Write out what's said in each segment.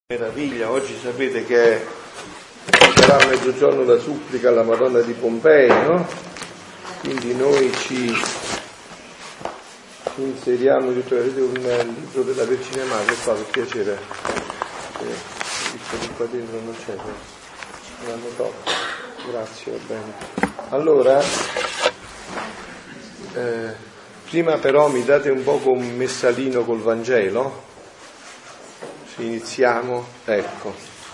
Meraviglia, oggi sapete che sarà a mezzogiorno la supplica alla Madonna di Pompei, no? Quindi noi ci inseriamo in tutto, vedete, un libro della Vergine Madre qua, per piacere. Visto che qua dentro non c'è, me l'hanno tolto. Grazie, va bene. Allora, prima però mi date un poco un messalino col Vangelo? Iniziamo, ecco,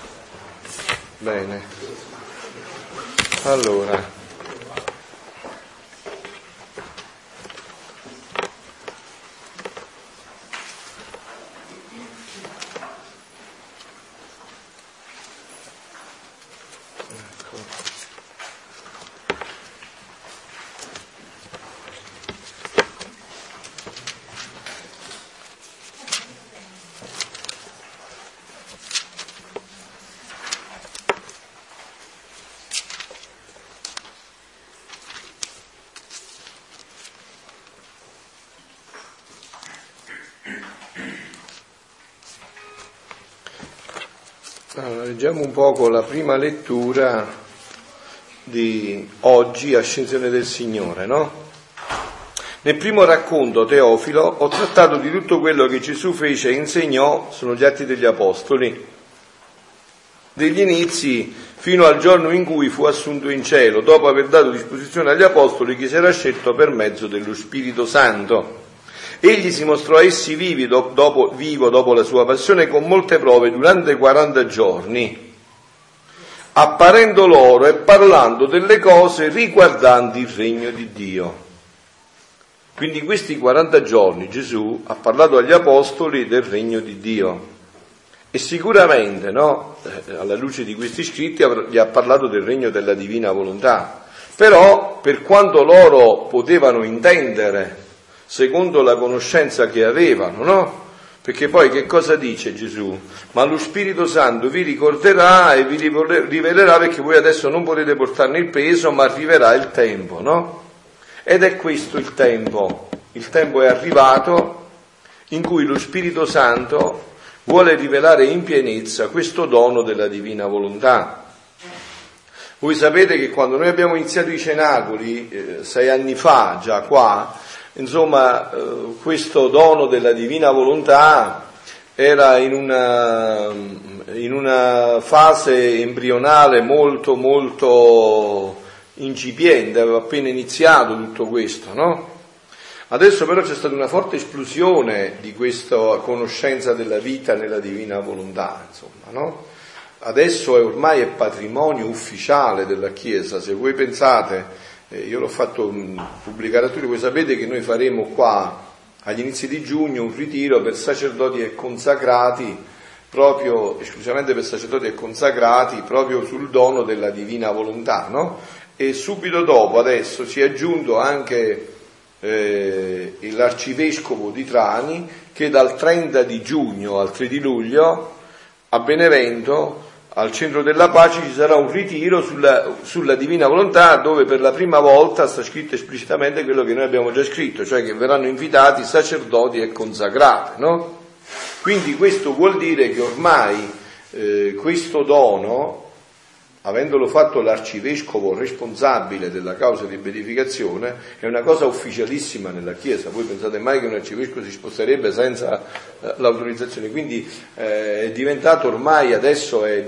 bene, allora, leggiamo un poco la prima lettura di oggi, Ascensione del Signore, no? Nel primo racconto, Teofilo, ho trattato di tutto quello che Gesù fece e insegnò, sono gli Atti degli Apostoli, degli inizi fino al giorno in cui fu assunto in cielo, dopo aver dato disposizione agli Apostoli che si era scelto per mezzo dello Spirito Santo. Egli si mostrò a essi vivo dopo la sua passione con molte prove durante 40 giorni, apparendo loro e parlando delle cose riguardanti il regno di Dio. Quindi in questi 40 giorni Gesù ha parlato agli Apostoli del regno di Dio e sicuramente, no, alla luce di questi scritti gli ha parlato del regno della divina volontà. Però per quanto loro potevano intendere secondo la conoscenza che avevano, no? Perché poi che cosa dice Gesù? Ma lo Spirito Santo vi ricorderà e vi rivelerà, perché voi adesso non potete portarne il peso, ma arriverà il tempo, no? Ed è questo il tempo. Il tempo è arrivato in cui lo Spirito Santo vuole rivelare in pienezza questo dono della divina volontà. Voi sapete che quando noi abbiamo iniziato i cenacoli, 6 anni fa, già qua, insomma, questo dono della divina volontà era in una fase embrionale molto molto incipiente, aveva appena iniziato tutto questo, no? Adesso però c'è stata una forte esplosione di questa conoscenza della vita nella divina volontà, insomma, no? Adesso ormai è patrimonio ufficiale della Chiesa. Se voi pensate, io l'ho fatto pubblicare a tutti, voi sapete che noi faremo qua agli inizi di giugno un ritiro per sacerdoti e consacrati, proprio esclusivamente per sacerdoti e consacrati, proprio sul dono della divina volontà, no? E subito dopo adesso si è aggiunto anche l'arcivescovo di Trani, che dal 30 di giugno al 3 di luglio a Benevento, al Centro della Pace, ci sarà un ritiro sulla divina volontà, dove per la prima volta sta scritto esplicitamente quello che noi abbiamo già scritto, cioè che verranno invitati sacerdoti e consacrati, no? Quindi questo vuol dire che ormai questo dono, avendolo fatto l'arcivescovo responsabile della causa di beatificazione, è una cosa ufficialissima nella Chiesa. Voi pensate mai che un arcivescovo si sposterebbe senza l'autorizzazione? Quindi è diventato ormai, adesso è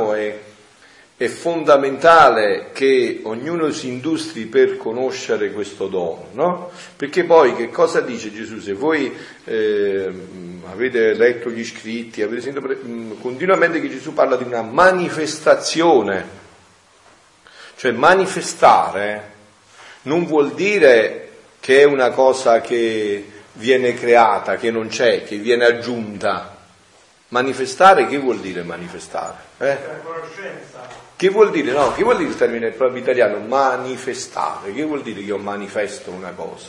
fondamentale che ognuno si industri per conoscere questo dono, no? Perché poi che cosa dice Gesù? Se voi avete letto gli scritti, avete sentito continuamente che Gesù parla di una manifestazione, cioè manifestare non vuol dire che è una cosa che viene creata, che non c'è, che viene aggiunta. Manifestare, che vuol dire manifestare? La conoscenza. Che vuol dire? No, che vuol dire il termine proprio italiano? Manifestare. Che vuol dire che io manifesto una cosa?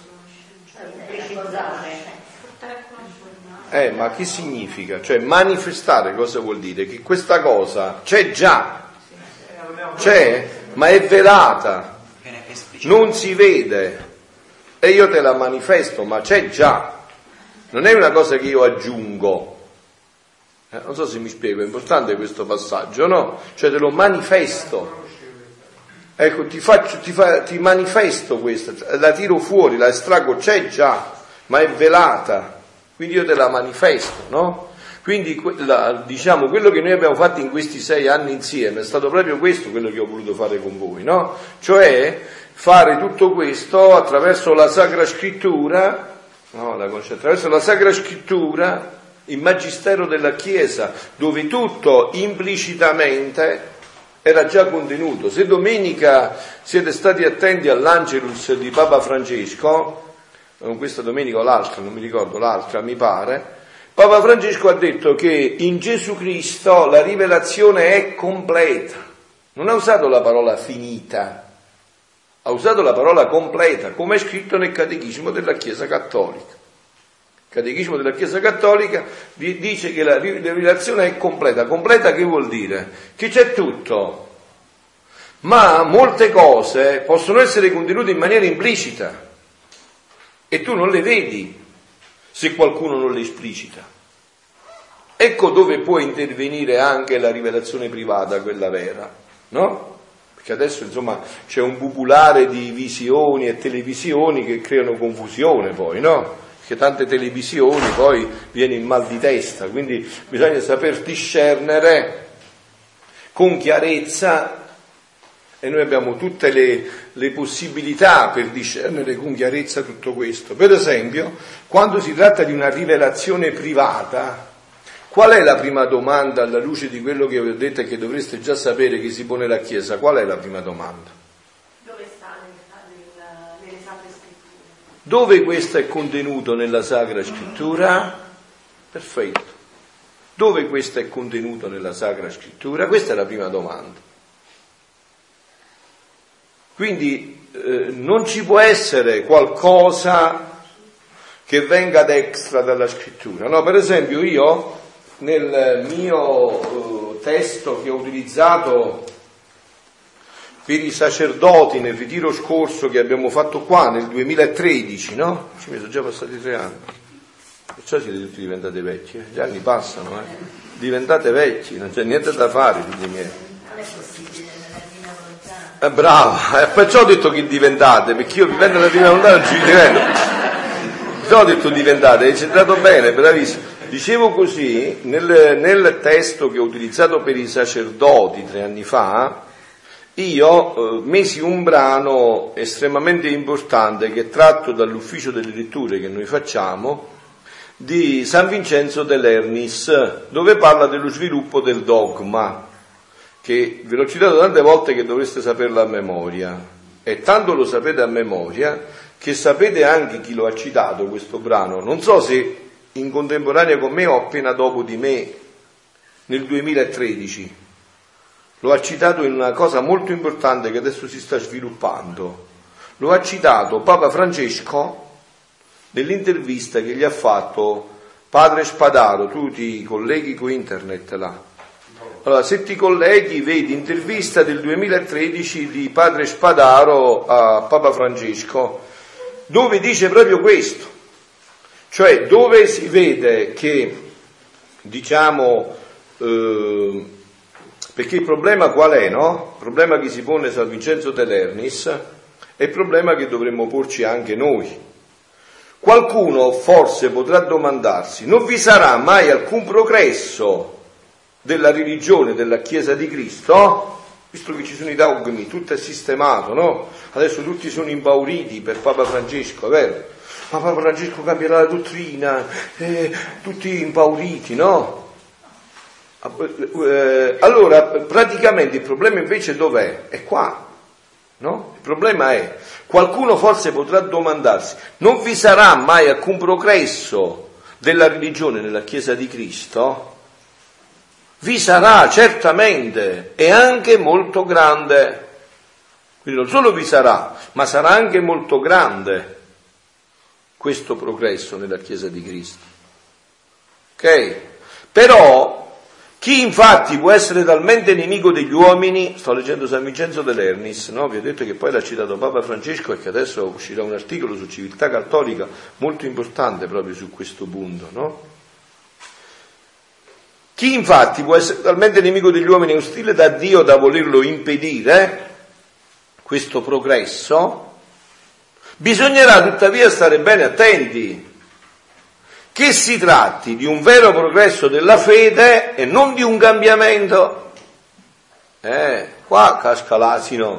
Ma che significa? Cioè manifestare cosa vuol dire? Che questa cosa c'è già, c'è, ma è velata, non si vede, e io te la manifesto, ma c'è già, non è una cosa che io aggiungo. Non so se mi spiego, è importante questo passaggio, no? Cioè te lo manifesto. Ecco, ti manifesto questa, la tiro fuori, la estraggo, c'è già, ma è velata, quindi io te la manifesto, no? Quindi diciamo, quello che noi abbiamo fatto in questi 6 anni insieme è stato proprio questo, quello che ho voluto fare con voi, no? Cioè fare tutto questo attraverso la Sacra Scrittura, no? Attraverso la Sacra Scrittura, il Magistero della Chiesa, dove tutto implicitamente era già contenuto. Se domenica siete stati attenti all'Angelus di Papa Francesco, questa domenica o l'altra, non mi ricordo, l'altra mi pare, Papa Francesco ha detto che in Gesù Cristo la rivelazione è completa. Non ha usato la parola finita, ha usato la parola completa, come è scritto nel Catechismo della Chiesa Cattolica. Il Catechismo della Chiesa Cattolica dice che la rivelazione è completa. Completa che vuol dire? Che c'è tutto, ma molte cose possono essere contenute in maniera implicita e tu non le vedi se qualcuno non le esplicita. Ecco dove può intervenire anche la rivelazione privata, quella vera, no? Perché adesso insomma c'è un bubulare di visioni e televisioni che creano confusione poi, no? Perché tante televisioni poi viene in mal di testa, quindi bisogna saper discernere con chiarezza, e noi abbiamo tutte le possibilità per discernere con chiarezza tutto questo. Per esempio, quando si tratta di una rivelazione privata, qual è la prima domanda alla luce di quello che vi ho detto e che dovreste già sapere che si pone la Chiesa? Qual è la prima domanda? Dove sta nelle Sacre Scritture? Dove questo è contenuto nella Sacra Scrittura? Perfetto. Dove questo è contenuto nella Sacra Scrittura? Questa è la prima domanda. Quindi non ci può essere qualcosa che venga ad extra dalla Scrittura. No, per esempio io nel mio testo che ho utilizzato per i sacerdoti nel ritiro scorso che abbiamo fatto qua nel 2013, no? Ci sono già passati 3 anni. Perciò siete tutti diventati vecchi, Gli anni passano, Diventate vecchi, non c'è niente da fare, figli miei. Non è possibile, nella divina volontà. Brava, perciò ho detto che diventate, perché io vivendo nella divina volontà non ci divento. Perciò ho detto diventate, hai centrato bene, bravissimo. Dicevo così, nel testo che ho utilizzato per i sacerdoti 3 anni fa, io mesi un brano estremamente importante che è tratto dall'ufficio delle letture che noi facciamo di San Vincenzo de Lernis, dove parla dello sviluppo del dogma, che ve l'ho citato tante volte che dovreste saperlo a memoria, e tanto lo sapete a memoria che sapete anche chi lo ha citato questo brano. Non so se in contemporanea con me o appena dopo di me, nel 2013. Lo ha citato in una cosa molto importante che adesso si sta sviluppando. Lo ha citato Papa Francesco nell'intervista che gli ha fatto padre Spadaro. Tu ti colleghi con internet là. Allora, se ti colleghi, vedi intervista del 2013 di padre Spadaro a Papa Francesco, dove dice proprio questo. Cioè, dove si vede che, diciamo, perché il problema qual è, no? Il problema che si pone San Vincenzo de Lernis è il problema che dovremmo porci anche noi. Qualcuno forse potrà domandarsi: non vi sarà mai alcun progresso della religione della Chiesa di Cristo? Visto che ci sono i dogmi, tutto è sistemato, no? Adesso tutti sono impauriti per Papa Francesco, è vero? Ma Papa Francesco cambierà la dottrina, tutti impauriti, no? Allora, praticamente il problema invece dov'è? È qua, no? Il problema è, qualcuno forse potrà domandarsi: non vi sarà mai alcun progresso della religione nella Chiesa di Cristo? Vi sarà, certamente, e anche molto grande. Quindi non solo vi sarà, ma sarà anche molto grande questo progresso nella Chiesa di Cristo. Ok? Però chi infatti può essere talmente nemico degli uomini, sto leggendo San Vincenzo de Lernis, no? Vi ho detto che poi l'ha citato Papa Francesco e che adesso uscirà un articolo su Civiltà Cattolica molto importante proprio su questo punto, no? Chi infatti può essere talmente nemico degli uomini e ostile da Dio da volerlo impedire, questo progresso, bisognerà tuttavia stare bene attenti che si tratti di un vero progresso della fede e non di un cambiamento. Qua casca l'asino.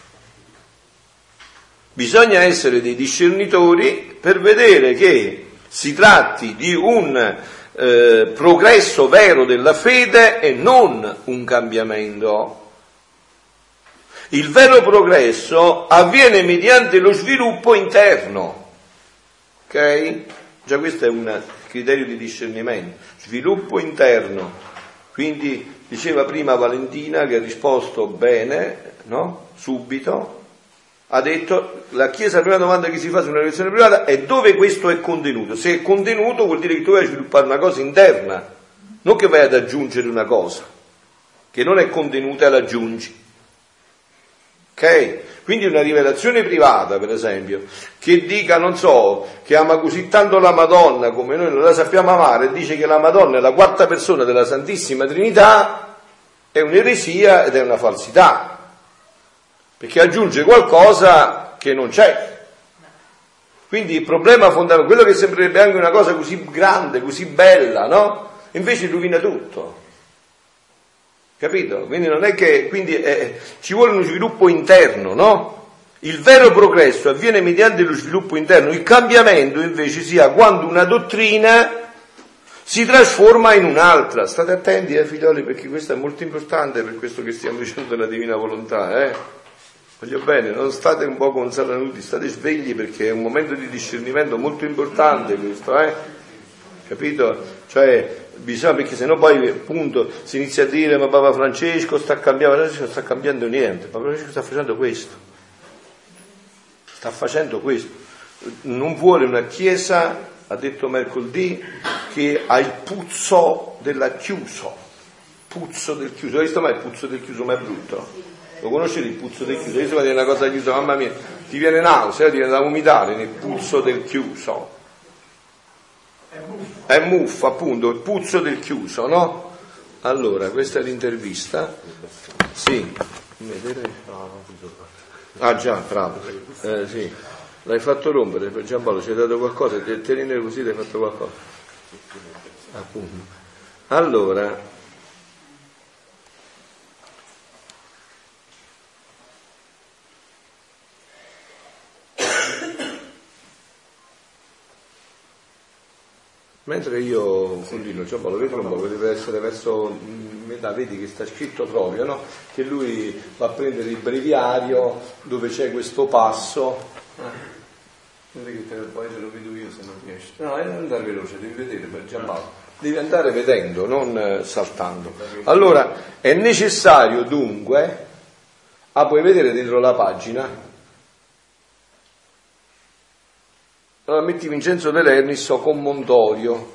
Bisogna essere dei discernitori per vedere che si tratti di un progresso vero della fede e non un cambiamento. Il vero progresso avviene mediante lo sviluppo interno, ok? Già questo è un criterio di discernimento, sviluppo interno. Quindi diceva prima Valentina, che ha risposto bene, no? Subito, ha detto: la Chiesa, la prima domanda che si fa su una relazione privata è dove questo è contenuto. Se è contenuto vuol dire che tu vai a sviluppare una cosa interna, non che vai ad aggiungere una cosa che non è contenuta e l'aggiungi. Ok? Quindi una rivelazione privata, per esempio, che dica, non so, che ama così tanto la Madonna come noi non la sappiamo amare, e dice che la Madonna è la quarta persona della Santissima Trinità, è un'eresia ed è una falsità, perché aggiunge qualcosa che non c'è. Quindi il problema fondamentale, quello che sembrerebbe anche una cosa così grande, così bella, no? Invece rovina tutto. Capito? Quindi non è che, ci vuole uno sviluppo interno, no? Il vero progresso avviene mediante lo sviluppo interno, il cambiamento invece si ha quando una dottrina si trasforma in un'altra. State attenti, figlioli, perché questo è molto importante per questo che stiamo dicendo della divina volontà, Voglio bene, non state un po' con salanuti, state svegli, perché è un momento di discernimento molto importante questo, Capito? Cioè, bisogna, perché sennò poi appunto si inizia a dire: ma Papa Francesco sta cambiando. Francesco non sta cambiando niente, Papa Francesco sta facendo questo, non vuole una chiesa, ha detto mercoledì, che ha il puzzo del chiuso. Hai visto mai il puzzo del chiuso? Ma è brutto, lo conoscete il puzzo del chiuso? Io se una cosa chiusa, mamma mia, ti viene nausea, ti viene da vomitare nel puzzo del chiuso. È muffa, appunto, il puzzo del chiuso, no? Allora, questa è l'intervista. Sì. Ah già, bravo. Sì. L'hai fatto rompere, Giampaolo, ci hai dato qualcosa? Tenere così, ti hai fatto qualcosa? Appunto. Allora, mentre io continuo, Giampaolo, vedi un po', deve essere verso metà, vedi che sta scritto proprio, no? Che lui va a prendere il breviario dove c'è questo passo. Vedi che poi te lo vedo io se non riesci. No, non andare veloce, devi vedere per Giampaolo. Devi andare vedendo, non saltando. Allora, è necessario dunque, puoi vedere dentro la pagina. Allora metti Vincenzo De Lernis o con Montorio,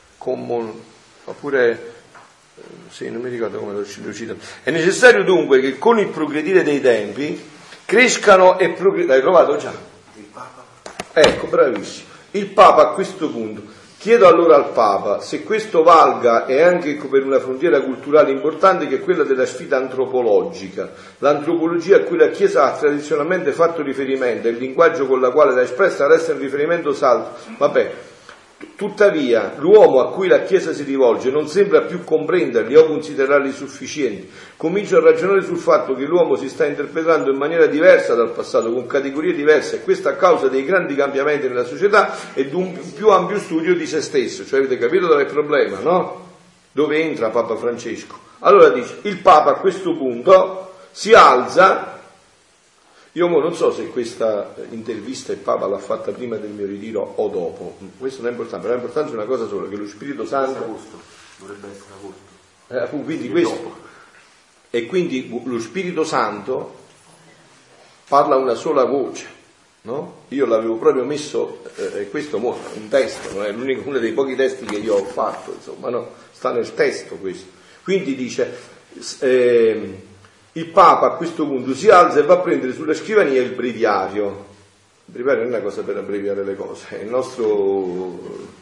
oppure, sì, non mi ricordo come lo cito. È necessario dunque che con il progredire dei tempi crescano e progrediscano. L'hai trovato già? Il Papa. Ecco, bravissimo. Il Papa a questo punto. Chiedo allora al Papa se questo valga e anche per una frontiera culturale importante, che è quella della sfida antropologica. L'antropologia a cui la Chiesa ha tradizionalmente fatto riferimento e il linguaggio con la quale l'ha espressa resta un riferimento saldo. Vabbè, tuttavia l'uomo a cui la Chiesa si rivolge non sembra più comprenderli o considerarli sufficienti. Comincio a ragionare sul fatto che l'uomo si sta interpretando in maniera diversa dal passato, con categorie diverse, e questo a causa dei grandi cambiamenti nella società e di un più ampio studio di se stesso. Cioè, avete capito dove è il problema, no? Dove entra Papa Francesco? Allora dice, il Papa a questo punto si alza. Io non so se questa intervista il Papa l'ha fatta prima del mio ritiro o dopo, questo non è importante, però è importante una cosa sola, che lo Spirito Santo dovrebbe essere agosto. Quindi questo, e quindi lo Spirito Santo parla una sola voce, no? Io l'avevo proprio messo, questo un testo, non è uno dei pochi testi che io ho fatto, insomma, no? Sta nel testo questo. Quindi dice, il Papa a questo punto si alza e va a prendere sulla scrivania il breviario. Il breviario non è una cosa per abbreviare le cose, è il nostro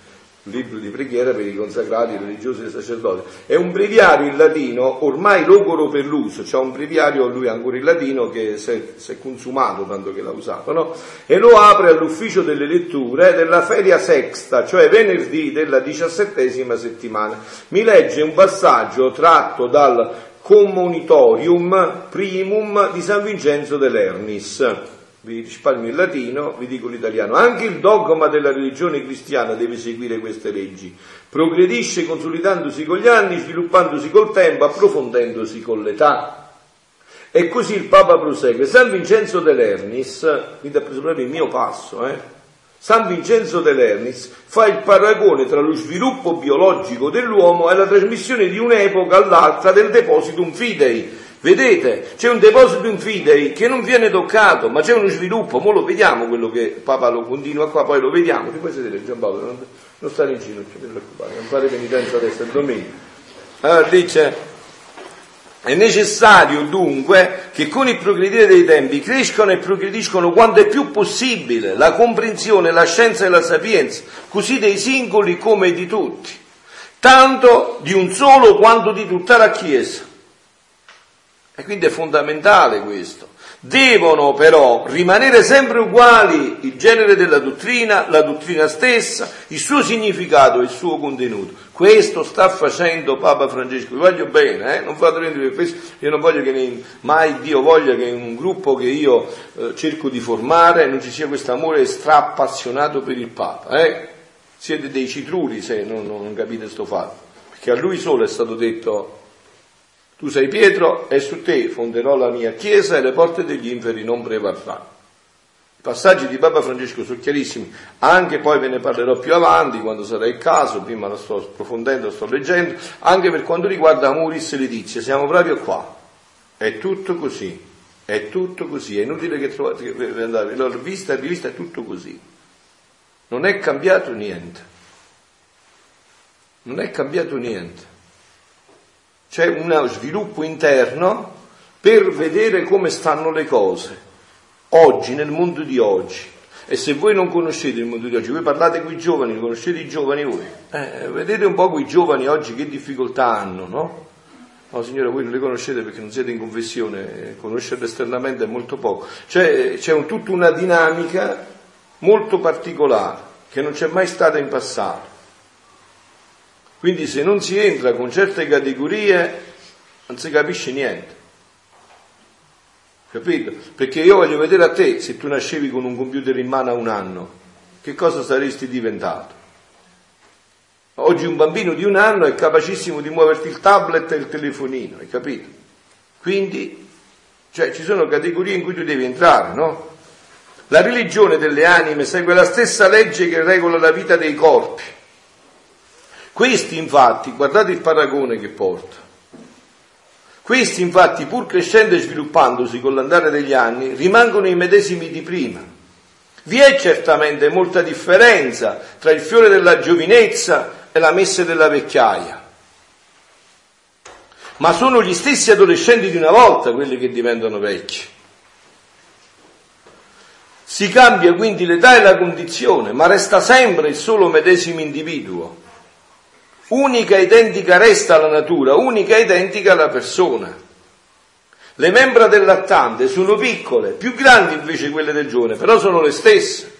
libro di preghiera per i consacrati, i religiosi e i sacerdoti. È un breviario in latino, ormai logoro per l'uso, c'è un breviario, lui ancora in latino, che si è consumato tanto che l'ha usato, no? E lo apre all'ufficio delle letture della feria sexta, cioè venerdì della 17ª settimana. Mi legge un passaggio tratto dal Commonitorium Primum di San Vincenzo de Lernis. Vi risparmio il latino, vi dico l'italiano. Anche il dogma della religione cristiana deve seguire queste leggi. Progredisce consolidandosi con gli anni, sviluppandosi col tempo, approfondendosi con l'età. E così il Papa prosegue. San Vincenzo de Lernis, quindi ha preso proprio il mio passo, San Vincenzo de Lernis fa il paragone tra lo sviluppo biologico dell'uomo e la trasmissione di un'epoca all'altra del depositum fidei. Vedete, c'è un depositum fidei che non viene toccato, ma c'è uno sviluppo. Mo lo vediamo quello che il Papa lo continua qua, poi lo vediamo. Ti puoi sedere, Giampaolo, non stare in ginocchio, non preoccupare, non fare penitenza adesso, è domenica. Allora dice: è necessario dunque che con il progredire dei tempi crescano e progrediscono quanto è più possibile la comprensione, la scienza e la sapienza, così dei singoli come di tutti, tanto di un solo quanto di tutta la Chiesa. E quindi è fondamentale questo. Devono però rimanere sempre uguali il genere della dottrina, la dottrina stessa, il suo significato e il suo contenuto. Questo sta facendo Papa Francesco. Vi voglio bene, non fate prendere per questo. Io non voglio che mai Dio voglia che in un gruppo che io cerco di formare non ci sia questo amore strappassionato per il Papa. Siete dei citruli se non capite sto fatto. Perché a lui solo è stato detto: tu sei Pietro e su te fonderò la mia chiesa e le porte degli inferi non prevarranno. I passaggi di Papa Francesco sono chiarissimi, anche poi ve ne parlerò più avanti quando sarà il caso, prima lo sto approfondendo, sto leggendo, anche per quanto riguarda Amoris Laetitia, siamo proprio qua. È tutto così, è inutile che trovate, andate, l'ho vista e rivista, è tutto così. Non è cambiato niente. C'è uno sviluppo interno per vedere come stanno le cose oggi, nel mondo di oggi. E se voi non conoscete il mondo di oggi, voi parlate con i giovani, conoscete i giovani voi, vedete un po' quei giovani oggi che difficoltà hanno, no? No, signora, voi non li conoscete perché non siete in confessione, conoscerli esternamente è molto poco. C'è tutta una dinamica molto particolare che non c'è mai stata in passato. Quindi se non si entra con certe categorie non si capisce niente, capito? Perché io voglio vedere a te, se tu nascevi con un computer in mano a 1 anno, che cosa saresti diventato? Oggi un bambino di 1 anno è capacissimo di muoverti il tablet e il telefonino, hai capito? Quindi, ci sono categorie in cui tu devi entrare, no? La religione delle anime segue la stessa legge che regola la vita dei corpi. Questi infatti, guardate il paragone che porta, questi infatti pur crescendo e sviluppandosi con l'andare degli anni rimangono i medesimi di prima. Vi è certamente molta differenza tra il fiore della giovinezza e la messe della vecchiaia, ma sono gli stessi adolescenti di una volta quelli che diventano vecchi. Si cambia quindi l'età e la condizione, ma resta sempre il solo medesimo individuo. Unica e identica resta la natura, unica e identica la persona. Le membra del lattante sono piccole, più grandi invece quelle del giovane, però sono le stesse.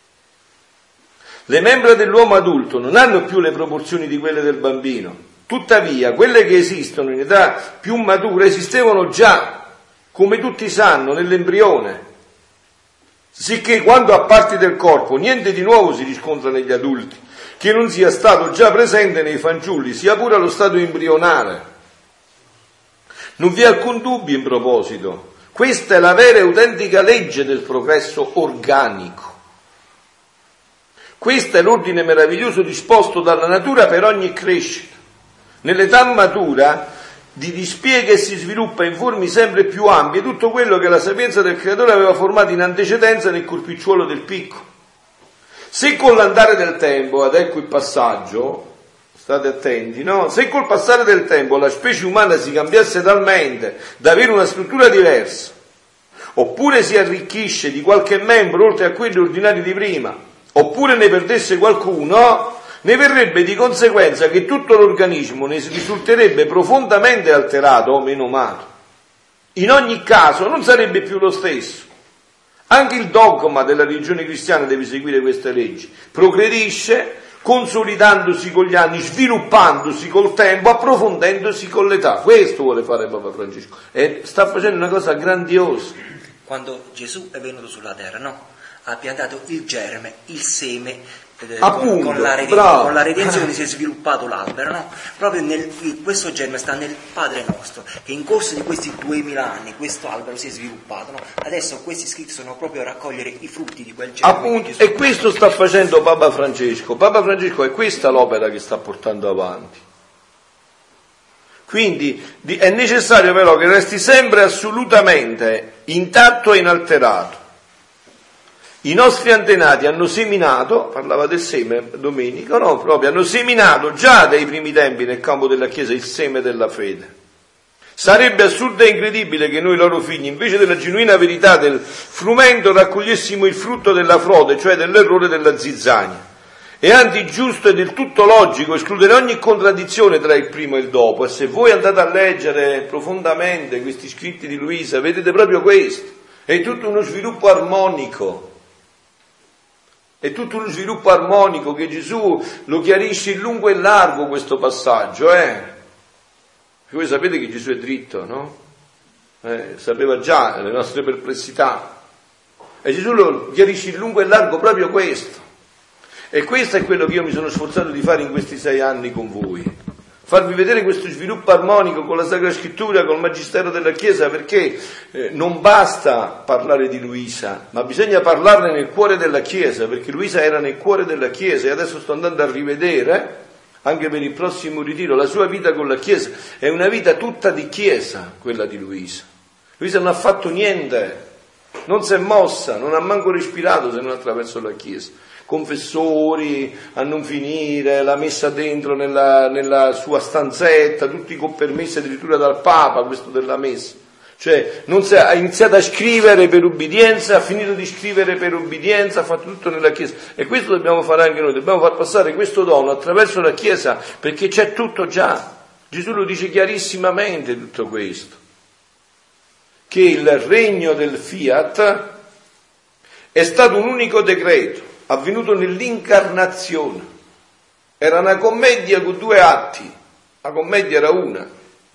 Le membra dell'uomo adulto non hanno più le proporzioni di quelle del bambino, tuttavia quelle che esistono in età più matura esistevano già, come tutti sanno, nell'embrione, sicché quando a parti del corpo niente di nuovo si riscontra negli adulti, che non sia stato già presente nei fanciulli, sia pure allo stato embrionale. Non vi è alcun dubbio in proposito. Questa è la vera e autentica legge del progresso organico. Questo è l'ordine meraviglioso disposto dalla natura per ogni crescita. Nell'età matura dispiega e si sviluppa in forme sempre più ampie tutto quello che la sapienza del creatore aveva formato in antecedenza nel corpicciuolo del piccolo. Se con l'andare del tempo, ed ecco il passaggio, state attenti, no? Se col passare del tempo la specie umana si cambiasse talmente da avere una struttura diversa, oppure si arricchisce di qualche membro oltre a quelli ordinari di prima, oppure ne perdesse qualcuno, ne verrebbe di conseguenza che tutto l'organismo ne risulterebbe profondamente alterato o menomato. In ogni caso non sarebbe più lo stesso. Anche il dogma della religione cristiana deve seguire queste leggi. Progredisce, consolidandosi con gli anni, sviluppandosi col tempo, approfondendosi con l'età. Questo vuole fare Papa Francesco. E sta facendo una cosa grandiosa. Quando Gesù è venuto sulla terra, no? Ha piantato il germe, il seme, Appunto, con la redenzione si è sviluppato l'albero, no? Proprio questo germe sta nel Padre nostro, che in corso di questi 2000 anni questo albero si è sviluppato, no? Adesso questi scritti sono proprio a raccogliere i frutti di quel germe. Appunto, e questo sta facendo Papa Francesco. Papa Francesco è questa l'opera che sta portando avanti. Quindi è necessario però che resti sempre assolutamente intatto e inalterato. I nostri antenati hanno seminato, parlava del seme domenica, no? Proprio hanno seminato già dai primi tempi nel campo della Chiesa il seme della fede. Sarebbe assurdo e incredibile che noi loro figli, invece della genuina verità del frumento, raccogliessimo il frutto della frode, cioè dell'errore della zizzania. È antigiusto e del tutto logico escludere ogni contraddizione tra il primo e il dopo, e se voi andate a leggere profondamente questi scritti di Luisa, vedete proprio questo. È tutto uno sviluppo armonico. È tutto uno sviluppo armonico che Gesù lo chiarisce in lungo e largo questo passaggio, Voi sapete che Gesù è dritto, no? Sapeva già le nostre perplessità. E Gesù lo chiarisce in lungo e largo proprio questo. E questo è quello che io mi sono sforzato di fare in questi 6 anni con voi. Farvi vedere questo sviluppo armonico con la Sacra Scrittura, col Magistero della Chiesa, perché non basta parlare di Luisa, ma bisogna parlarne nel cuore della Chiesa, perché Luisa era nel cuore della Chiesa, e adesso sto andando a rivedere, anche per il prossimo ritiro, la sua vita con la Chiesa. È una vita tutta di Chiesa, quella di Luisa. Luisa non ha fatto niente, non si è mossa, non ha manco respirato se non attraverso la Chiesa. Confessori a non finire, la messa dentro nella sua stanzetta, tutti con permessi addirittura dal Papa, questo della messa. Cioè ha iniziato a scrivere per ubbidienza, ha finito di scrivere per ubbidienza, ha fatto tutto nella Chiesa. E questo dobbiamo fare anche noi, dobbiamo far passare questo dono attraverso la Chiesa, perché c'è tutto già. Gesù lo dice chiarissimamente tutto questo, che il regno del Fiat è stato un unico decreto, avvenuto nell'incarnazione. Era una commedia con 2 atti, la commedia era una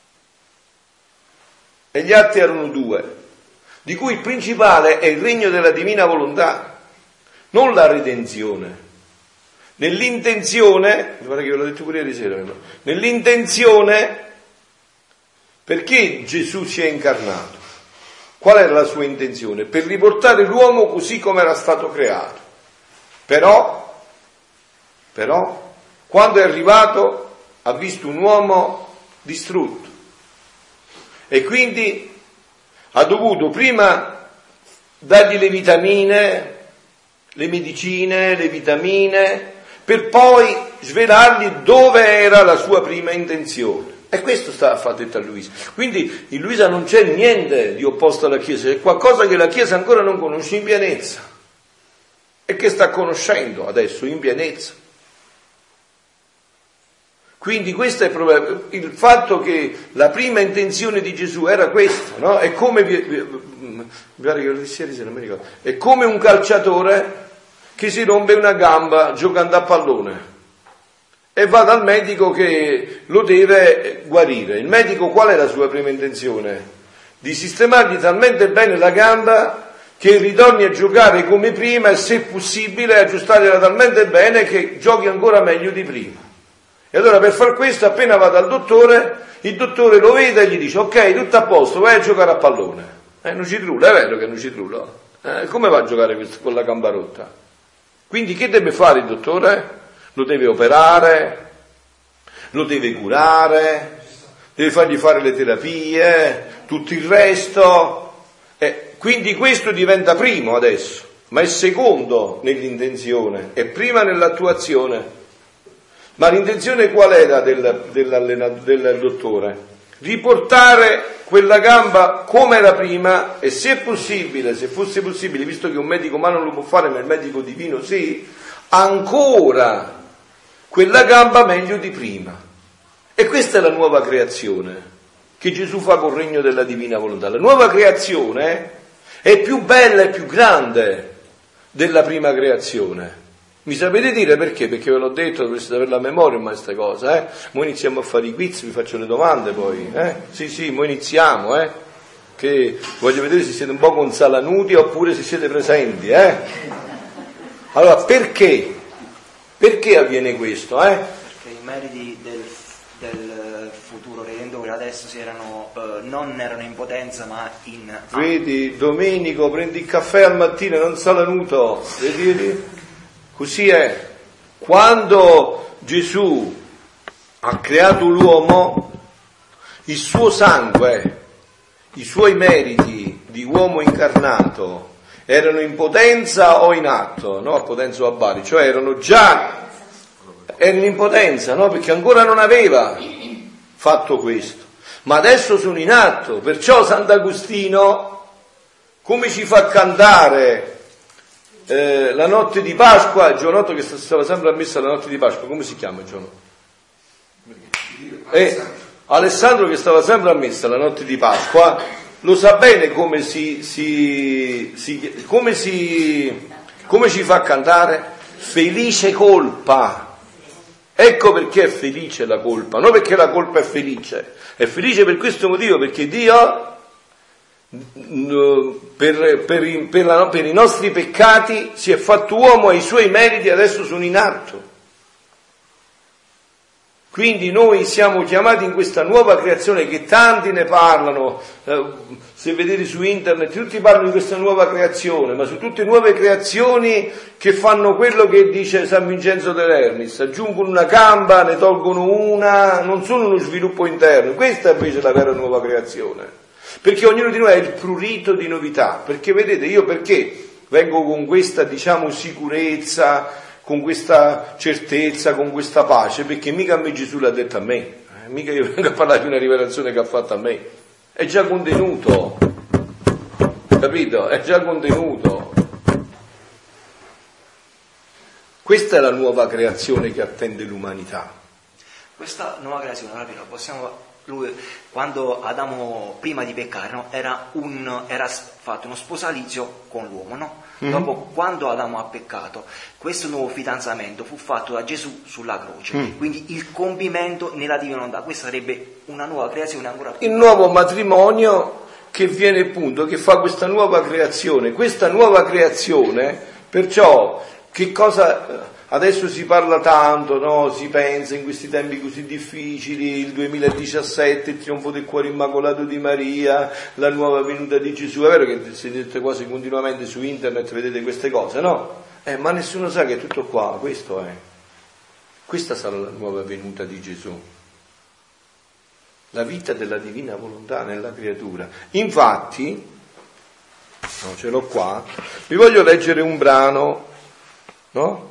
e gli atti erano 2, di cui il principale è il regno della divina volontà, non la redenzione. Nell'intenzione, mi pare che ve l'ho detto pure ieri sera, nell'intenzione, perché Gesù si è incarnato? Qual era la sua intenzione? Per riportare l'uomo così come era stato creato. Però, quando è arrivato, ha visto un uomo distrutto. E quindi ha dovuto prima dargli le vitamine, le medicine, le vitamine, per poi svelargli dove era la sua prima intenzione. E questo ha detto a Luisa. Quindi in Luisa non c'è niente di opposto alla Chiesa, è qualcosa che la Chiesa ancora non conosce in pienezza e che sta conoscendo adesso in pienezza. Quindi questo è proprio il fatto che la prima intenzione di Gesù era questa, no? È come, mi pare che lo dissi ieri sera, non mi ricordo, è come un calciatore che si rompe una gamba giocando a pallone e va dal medico che lo deve guarire. Il medico qual è la sua prima intenzione? Di sistemargli talmente bene la gamba che ritorni a giocare come prima e, se possibile, aggiustargliela talmente bene che giochi ancora meglio di prima. E allora per far questo, appena va dal dottore, il dottore lo vede e gli dice: ok, tutto a posto, vai a giocare a pallone. Non ci trulla, è vero che non ci trulla. Come va a giocare con la gamba rotta? Quindi che deve fare il dottore? Lo deve operare, lo deve curare, deve fargli fare le terapie, tutto il resto. Quindi questo diventa primo adesso, ma è secondo nell'intenzione, è prima nell'attuazione. Ma l'intenzione qual era del dottore? Riportare quella gamba come era prima, e se fosse possibile, visto che un medico umano non lo può fare, ma il medico divino sì, ancora quella gamba meglio di prima. E questa è la nuova creazione che Gesù fa col regno della divina volontà. La nuova creazione è più bella e più grande della prima creazione. Mi sapete dire perché? Perché ve l'ho detto, dovreste avere la memoria in queste cose, Mo iniziamo a fare i quiz, vi faccio le domande poi, Sì, mo iniziamo, Che voglio vedere se siete un po' consalanuti oppure se siete presenti, Allora, perché? Perché avviene questo, Perché i meriti del futuro redentore adesso non erano in potenza ma in... Vedi, Domenico, prendi il caffè al mattino e non salanuto, vedi? Così è. Quando Gesù ha creato l'uomo, il suo sangue, i suoi meriti di uomo incarnato erano in potenza o in atto, no? A potenza o a Bari, cioè erano in potenza, no? Perché ancora non aveva fatto questo, ma adesso sono in atto. Perciò Sant'Agostino, come ci fa cantare la notte di Pasqua, il giornotto che stava sempre a messa la notte di Pasqua, come si chiama il giorno? Alessandro che stava sempre a messa la notte di Pasqua, lo sa bene come come ci fa cantare? Felice colpa. Ecco perché è felice la colpa, non perché la colpa è felice per questo motivo, perché Dio per i nostri peccati si è fatto uomo e i suoi meriti adesso sono in atto. Quindi noi siamo chiamati in questa nuova creazione che tanti ne parlano, se vedete su internet tutti parlano di questa nuova creazione, ma su tutte nuove creazioni che fanno quello che dice San Vincenzo de Lernis, aggiungono una gamba, ne tolgono una, non sono uno sviluppo interno. Questa invece è la vera nuova creazione, perché ognuno di noi ha il prurito di novità. Perché vedete, io perché vengo con questa sicurezza, con questa certezza, con questa pace? Perché mica a me Gesù l'ha detto a me, mica io vengo a parlare di una rivelazione che ha fatto a me, è già contenuto, capito? È già contenuto. Questa è la nuova creazione che attende l'umanità. Questa nuova creazione, quando Adamo prima di peccare, no, era fatto uno sposalizio con l'uomo, no? Dopo, quando Adamo ha peccato, questo nuovo fidanzamento fu fatto da Gesù sulla croce, quindi il compimento nella divina volontà. Questa sarebbe una nuova creazione ancora più. Il nuovo matrimonio che viene appunto, che fa questa nuova creazione, perciò che cosa... Adesso si parla tanto, no? Si pensa in questi tempi così difficili, il 2017, il trionfo del cuore immacolato di Maria, la nuova venuta di Gesù. È vero che siete quasi continuamente su internet, vedete queste cose, no? Ma nessuno sa che è tutto qua, questo è. Questa sarà la nuova venuta di Gesù. La vita della divina volontà nella creatura. Infatti, no, ce l'ho qua, vi voglio leggere un brano, no?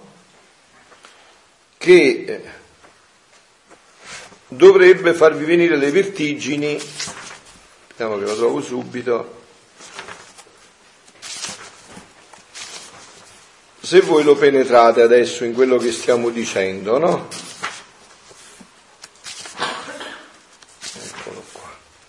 Che dovrebbe farvi venire le vertigini. Vediamo che lo trovo subito. Se voi lo penetrate adesso in quello che stiamo dicendo, no? Eccolo qua.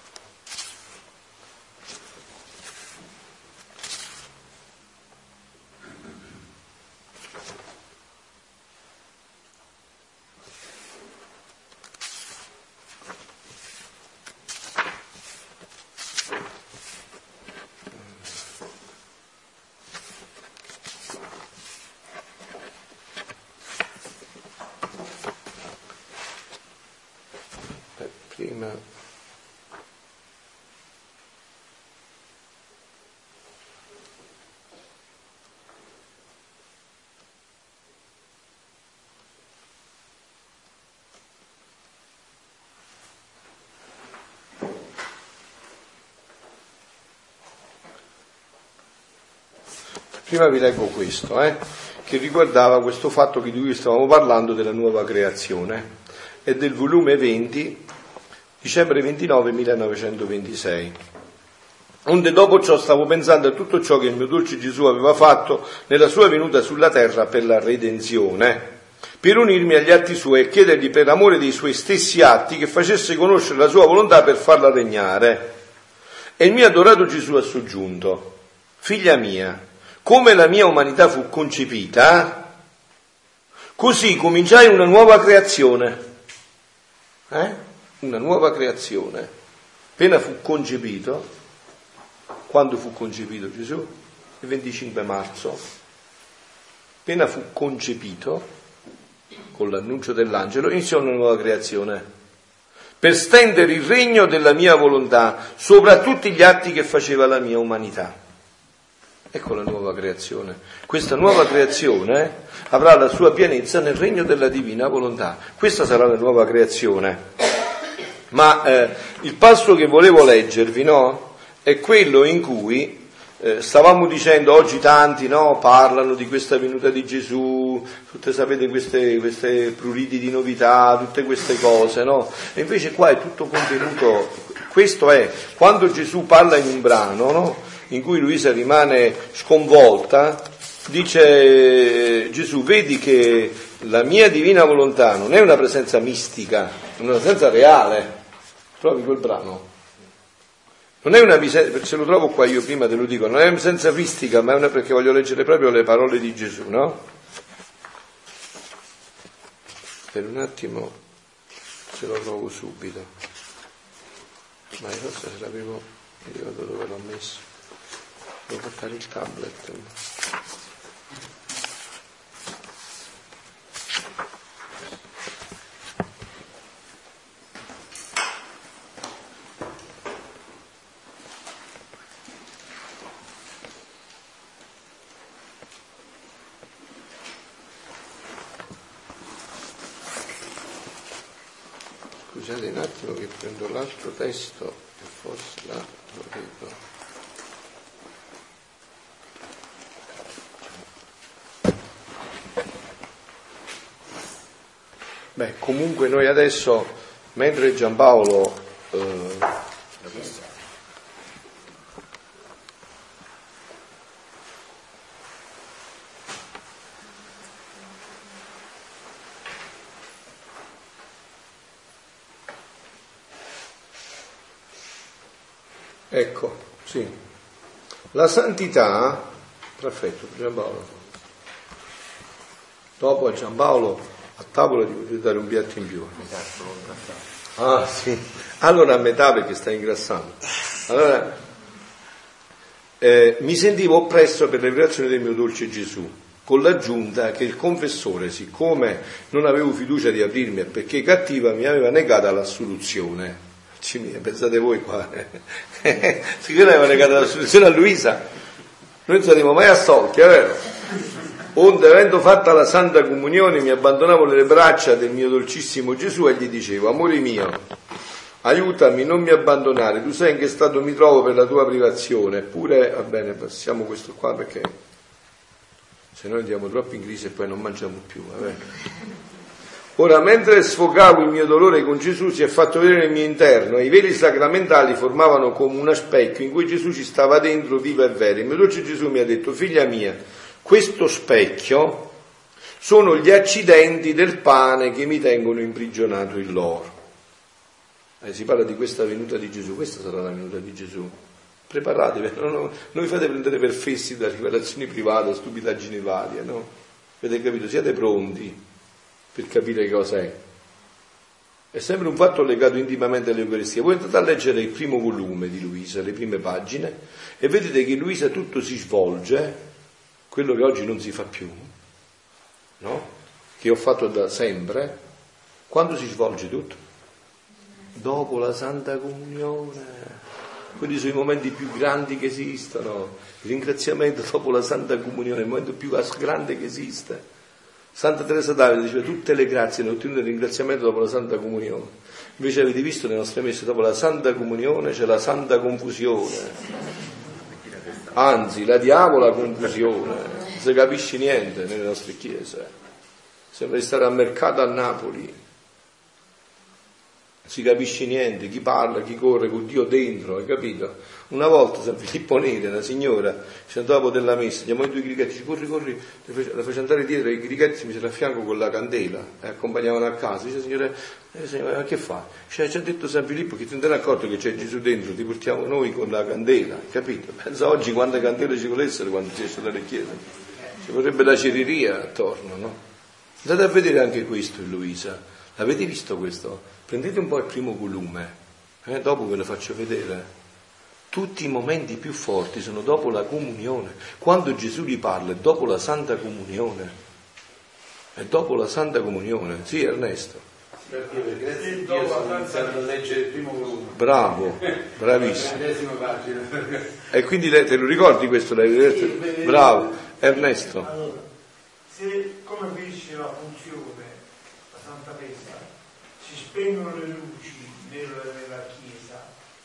Prima vi leggo questo, che riguardava questo fatto di cui stavamo parlando della nuova creazione. È del volume 20, dicembre 29, 1926. Onde dopo ciò stavo pensando a tutto ciò che il mio dolce Gesù aveva fatto nella sua venuta sulla terra per la redenzione. per unirmi agli atti suoi e chiedergli per amore dei suoi stessi atti che facesse conoscere la sua volontà per farla regnare. E il mio adorato Gesù ha soggiunto: figlia mia, come la mia umanità fu concepita, così cominciai una nuova creazione. Una nuova creazione. Appena fu concepito, quando fu concepito Gesù? Il 25 marzo. Appena fu concepito, con l'annuncio dell'angelo, iniziò una nuova creazione, per stendere il regno della mia volontà sopra tutti gli atti che faceva la mia umanità. Ecco la nuova creazione. Questa nuova creazione avrà la sua pienezza nel regno della divina volontà. Questa sarà la nuova creazione. Ma il passo che volevo leggervi, no? È quello in cui stavamo dicendo oggi tanti, no, parlano di questa venuta di Gesù, tutte sapete queste pruriti di novità, tutte queste cose, no? E invece qua è tutto contenuto. Questo è quando Gesù parla in un brano, no, in cui Luisa rimane sconvolta, dice Gesù: vedi che la mia divina volontà non è una presenza mistica, è una presenza reale. Trovi quel brano? Non è una presenza, se lo trovo qua io prima te lo dico, non è una presenza mistica, ma è una, perché voglio leggere proprio le parole di Gesù, no? Per un attimo se lo trovo subito. Ma forse se l'avevo, mi ricordo dove l'ho messo. Devo portare il tablet. Scusate un attimo che prendo l'altro testo e forse là lo vedo. Beh, comunque noi adesso, mentre Giampaolo ecco, sì, la santità, perfetto, Giampaolo, dopo a Giampaolo a tavola ti potete dare un piatto in più. Ah sì, allora a metà perché stai ingrassando. Allora, mi sentivo oppresso per le violazioni del mio dolce Gesù, con l'aggiunta che il confessore, siccome non avevo fiducia di aprirmi perché cattiva, mi aveva negata l'assoluzione. Pensate voi qua, siccome aveva negato l'assoluzione a Luisa, noi non saremo mai assolti, è vero? Onde, avendo fatta la Santa Comunione, mi abbandonavo nelle braccia del mio dolcissimo Gesù e gli dicevo: amore mio, aiutami, non mi abbandonare, tu sai in che stato mi trovo per la tua privazione. Eppure, va bene, passiamo questo qua perché se no andiamo troppo in crisi e poi non mangiamo più, va bene? Ora, mentre sfogavo il mio dolore con Gesù, si è fatto vedere nel mio interno e i veli sacramentali formavano come uno specchio in cui Gesù ci stava dentro vivo e vero. Il mio dolce Gesù mi ha detto: figlia mia, questo specchio sono gli accidenti del pane che mi tengono imprigionato in loro. Si parla di questa venuta di Gesù, questa sarà la venuta di Gesù. Preparatevi, non vi fate prendere per fessi da rivelazioni private, stupidaggini varie, no? Avete capito? Siate pronti per capire che cosa è. È sempre un fatto legato intimamente all'Eucaristia. Voi andate a leggere il primo volume di Luisa, le prime pagine, e vedete che in Luisa tutto si svolge, quello che oggi non si fa più, no? Che ho fatto da sempre. Quando si svolge tutto? Dopo la Santa Comunione. Quelli sono i momenti più grandi che esistono. Il ringraziamento dopo la Santa Comunione è il momento più grande che esiste. Santa Teresa d'Avila diceva: tutte le grazie ne ottenute il ringraziamento dopo la Santa Comunione. Invece avete visto nelle nostre messe, dopo la Santa Comunione c'è la Santa Confusione. Anzi, la diavola confusione, non si capisce niente nelle nostre chiese, sembra di stare al mercato a Napoli, si capisce niente, chi parla, chi corre con Dio dentro, hai capito? Una volta San Filippo Neri, una signora, dopo della messa, chiamò i due chirichetti, dice corri, la fece andare dietro, i chirichetti si misero a fianco con la candela e accompagnavano a casa. Dice signora, ma che fa? Ci ha detto San Filippo che ti non te ne accorto che c'è Gesù dentro, ti portiamo noi con la candela, capito? Pensa oggi quante candele ci volessero quando si esce dalle chiese, ci vorrebbe la cereria attorno, no? Andate a vedere anche questo in Luisa, l'avete visto questo? Prendete un po' il primo volume, dopo ve lo faccio vedere. Tutti i momenti più forti sono dopo la comunione. Quando Gesù gli parla è dopo la Santa Comunione. È dopo la Santa Comunione. Sì, Ernesto. Perché grazie a Dio sto iniziando a leggere il primo volume. Bravo, bravissimo. Pagina. E quindi te lo ricordi questo? Bravo, Ernesto. Allora, se come finisce la funzione, la Santa Messa, si spengono le luci nella Chiesa,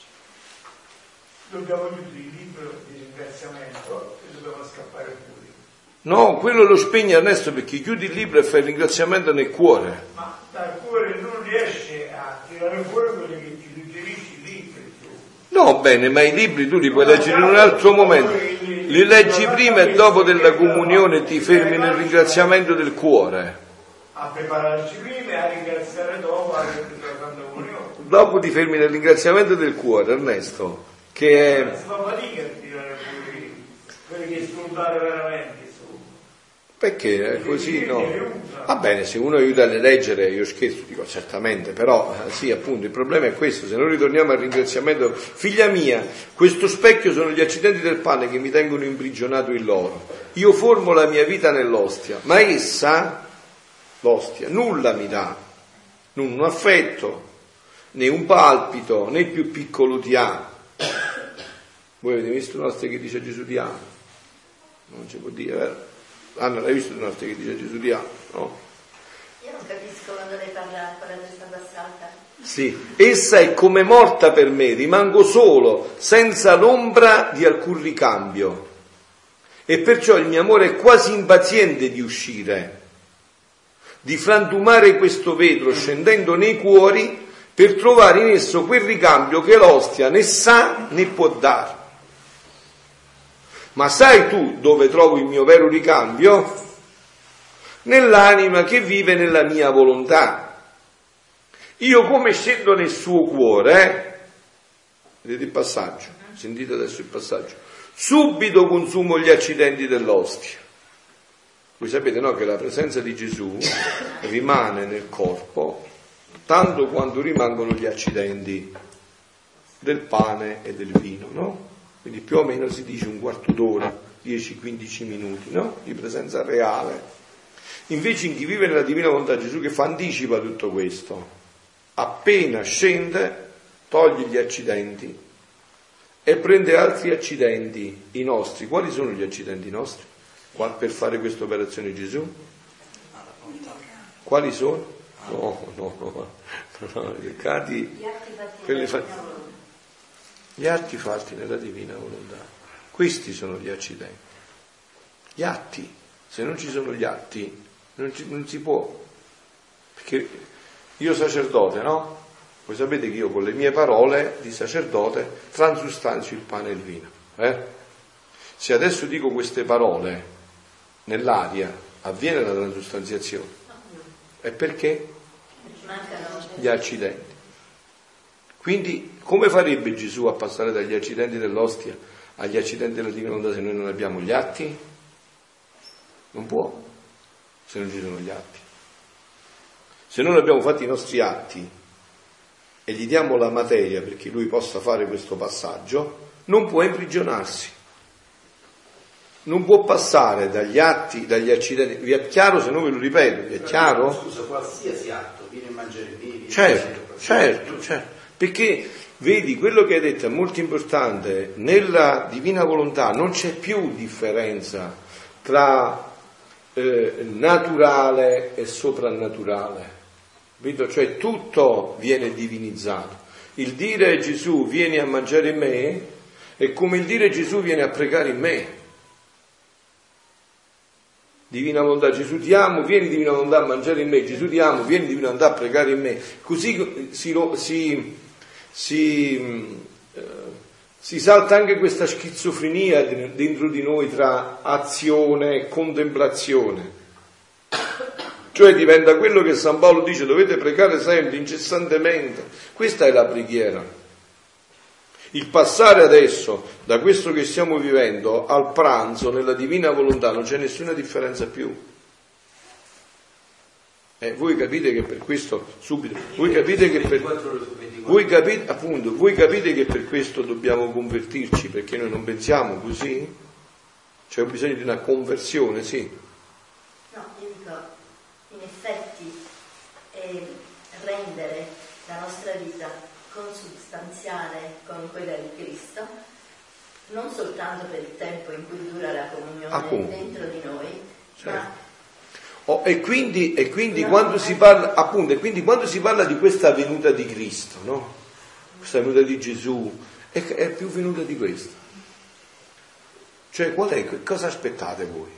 dobbiamo chiudere il libro di ringraziamento e dobbiamo scappare fuori. No, quello lo spegne Ernesto perché chiudi il libro e fai il ringraziamento nel cuore. Ma dal cuore non riesce a tirare fuori quelli che ti suggerisci i libri. No, bene, ma i libri tu li puoi leggere in un altro momento. Li leggi prima e dopo della comunione ti fermi nel ringraziamento del cuore. A prepararci prima e a ringraziare dopo la Santa Comunione. Dopo ti fermi nel ringraziamento del cuore, Ernesto, che è... Si fa fatica a tirare fuori quelli che scontare veramente. Perché è così, no? Va bene, se uno aiuta a leggere, io scherzo, dico certamente, però sì, appunto, il problema è questo, se noi ritorniamo al ringraziamento, figlia mia, questo specchio sono gli accidenti del pane che mi tengono imprigionato in loro, io formo la mia vita nell'ostia, ma essa, l'ostia, nulla mi dà, un affetto, né un palpito, né il più piccolo ti ha. Voi avete visto un'ostia che dice Gesù ti ama? Non si può dire, vero? Anna, l'hai visto un'altra che dice Gesù ti ama, no? Io non capisco quando lei parla ancora di questa passata. Sì, essa è come morta per me, rimango solo, senza l'ombra di alcun ricambio. E perciò il mio amore è quasi impaziente di uscire, di frantumare questo vetro scendendo nei cuori per trovare in esso quel ricambio che l'ostia né sa né può dare. Ma sai tu dove trovo il mio vero ricambio? Nell'anima che vive nella mia volontà. Io come scendo nel suo cuore, vedete il passaggio, sentite adesso il passaggio, subito consumo gli accidenti dell'ostia. Voi sapete, no, che la presenza di Gesù rimane nel corpo tanto quanto rimangono gli accidenti del pane e del vino, no? Quindi più o meno si dice un quarto d'ora, 10-15 minuti, no? Di presenza reale. Invece in chi vive nella divina volontà Gesù che fa anticipa tutto questo. Appena scende, toglie gli accidenti e prende altri accidenti, i nostri. Quali sono gli accidenti nostri? Per fare questa operazione Gesù? Quali sono? No, i peccati gli atti fatti nella divina volontà. Questi sono gli accidenti. Gli atti, se non ci sono gli atti, non si può. Perché io sacerdote, no? Voi sapete che io con le mie parole di sacerdote transustanzio il pane e il vino. Se adesso dico queste parole nell'aria, avviene la transustanziazione. E perché? Gli accidenti. Quindi come farebbe Gesù a passare dagli accidenti dell'ostia agli accidenti della divina volontà se noi non abbiamo gli atti? Non può, se non ci sono gli atti. Se non abbiamo fatto i nostri atti e gli diamo la materia perché lui possa fare questo passaggio, non può imprigionarsi. Non può passare dagli atti, dagli accidenti. Vi è chiaro se non ve lo ripeto? Vi è chiaro? Scusa, qualsiasi atto viene a mangiare bene. Certo. Perché vedi, quello che hai detto è molto importante. Nella divina volontà non c'è più differenza tra naturale e soprannaturale, capito? Cioè tutto viene divinizzato. Il dire Gesù vieni a mangiare in me è come il dire Gesù viene a pregare in me. Divina volontà, Gesù ti amo, vieni divina volontà a mangiare in me, Gesù ti amo, vieni divina volontà a pregare in me. Così si salta anche questa schizofrenia dentro di noi tra azione e contemplazione. Cioè diventa quello che San Paolo dice, dovete pregare sempre, incessantemente. Questa è la preghiera. Il passare adesso da questo che stiamo vivendo al pranzo nella divina volontà non c'è nessuna differenza più. Voi capite che per questo subito, voi capite che per questo dobbiamo convertirci, perché noi non pensiamo così? C'è bisogno di una conversione, sì. No, io dico, in effetti rendere la nostra vita consubstanziale con quella di Cristo, non soltanto per il tempo in cui dura la comunione dentro di noi, certo. E quindi quando si parla, appunto, e quindi quando si parla di questa venuta di Cristo, no? Questa venuta di Gesù, è più venuta di questa. Cioè, qual è? Cosa aspettate voi?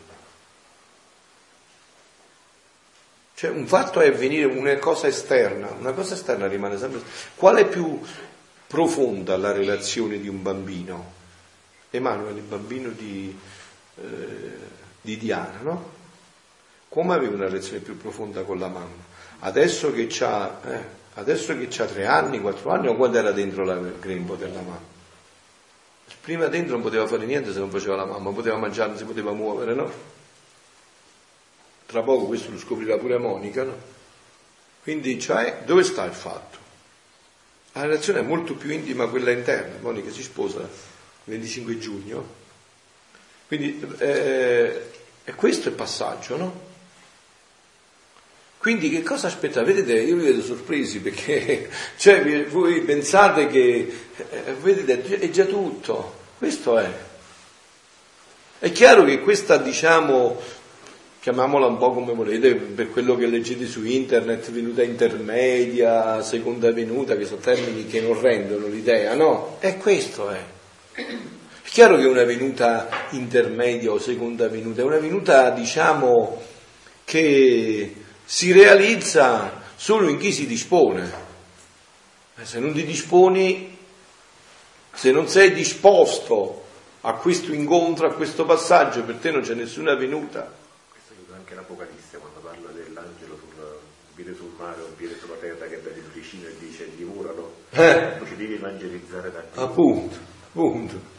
Cioè, un fatto è avvenire una cosa esterna rimane sempre. Qual è più profonda la relazione di un bambino? Emanuele, il bambino di Diana, no? Come aveva una relazione più profonda con la mamma? Adesso che c'ha 3 anni, 4 anni, o quando era dentro il grembo della mamma? Prima dentro non poteva fare niente se non faceva la mamma, poteva mangiare, non si poteva muovere, no? Tra poco questo lo scoprirà pure Monica, no? Quindi, cioè, dove sta il fatto? La relazione è molto più intima, quella interna. Monica si sposa il 25 giugno. Quindi, è questo il passaggio, no? Quindi che cosa aspettate? Vedete, io vi vedo sorpresi perché cioè, voi pensate che, vedete, è già tutto. Questo è. È chiaro che questa, diciamo, chiamiamola un po' come volete, per quello che leggete su internet, venuta intermedia, seconda venuta, che sono termini che non rendono l'idea, no? E questo è. È chiaro che una venuta intermedia o seconda venuta è una venuta, diciamo, che si realizza solo in chi si dispone. Se non ti disponi, se non sei disposto a questo incontro, a questo passaggio, per te non c'è nessuna venuta. Questo aiuta anche l'Apocalisse quando parla dell'angelo viene sul mare o viene sulla terra che dà il vicino e dice divoralo, ci devi evangelizzare da te. Appunto.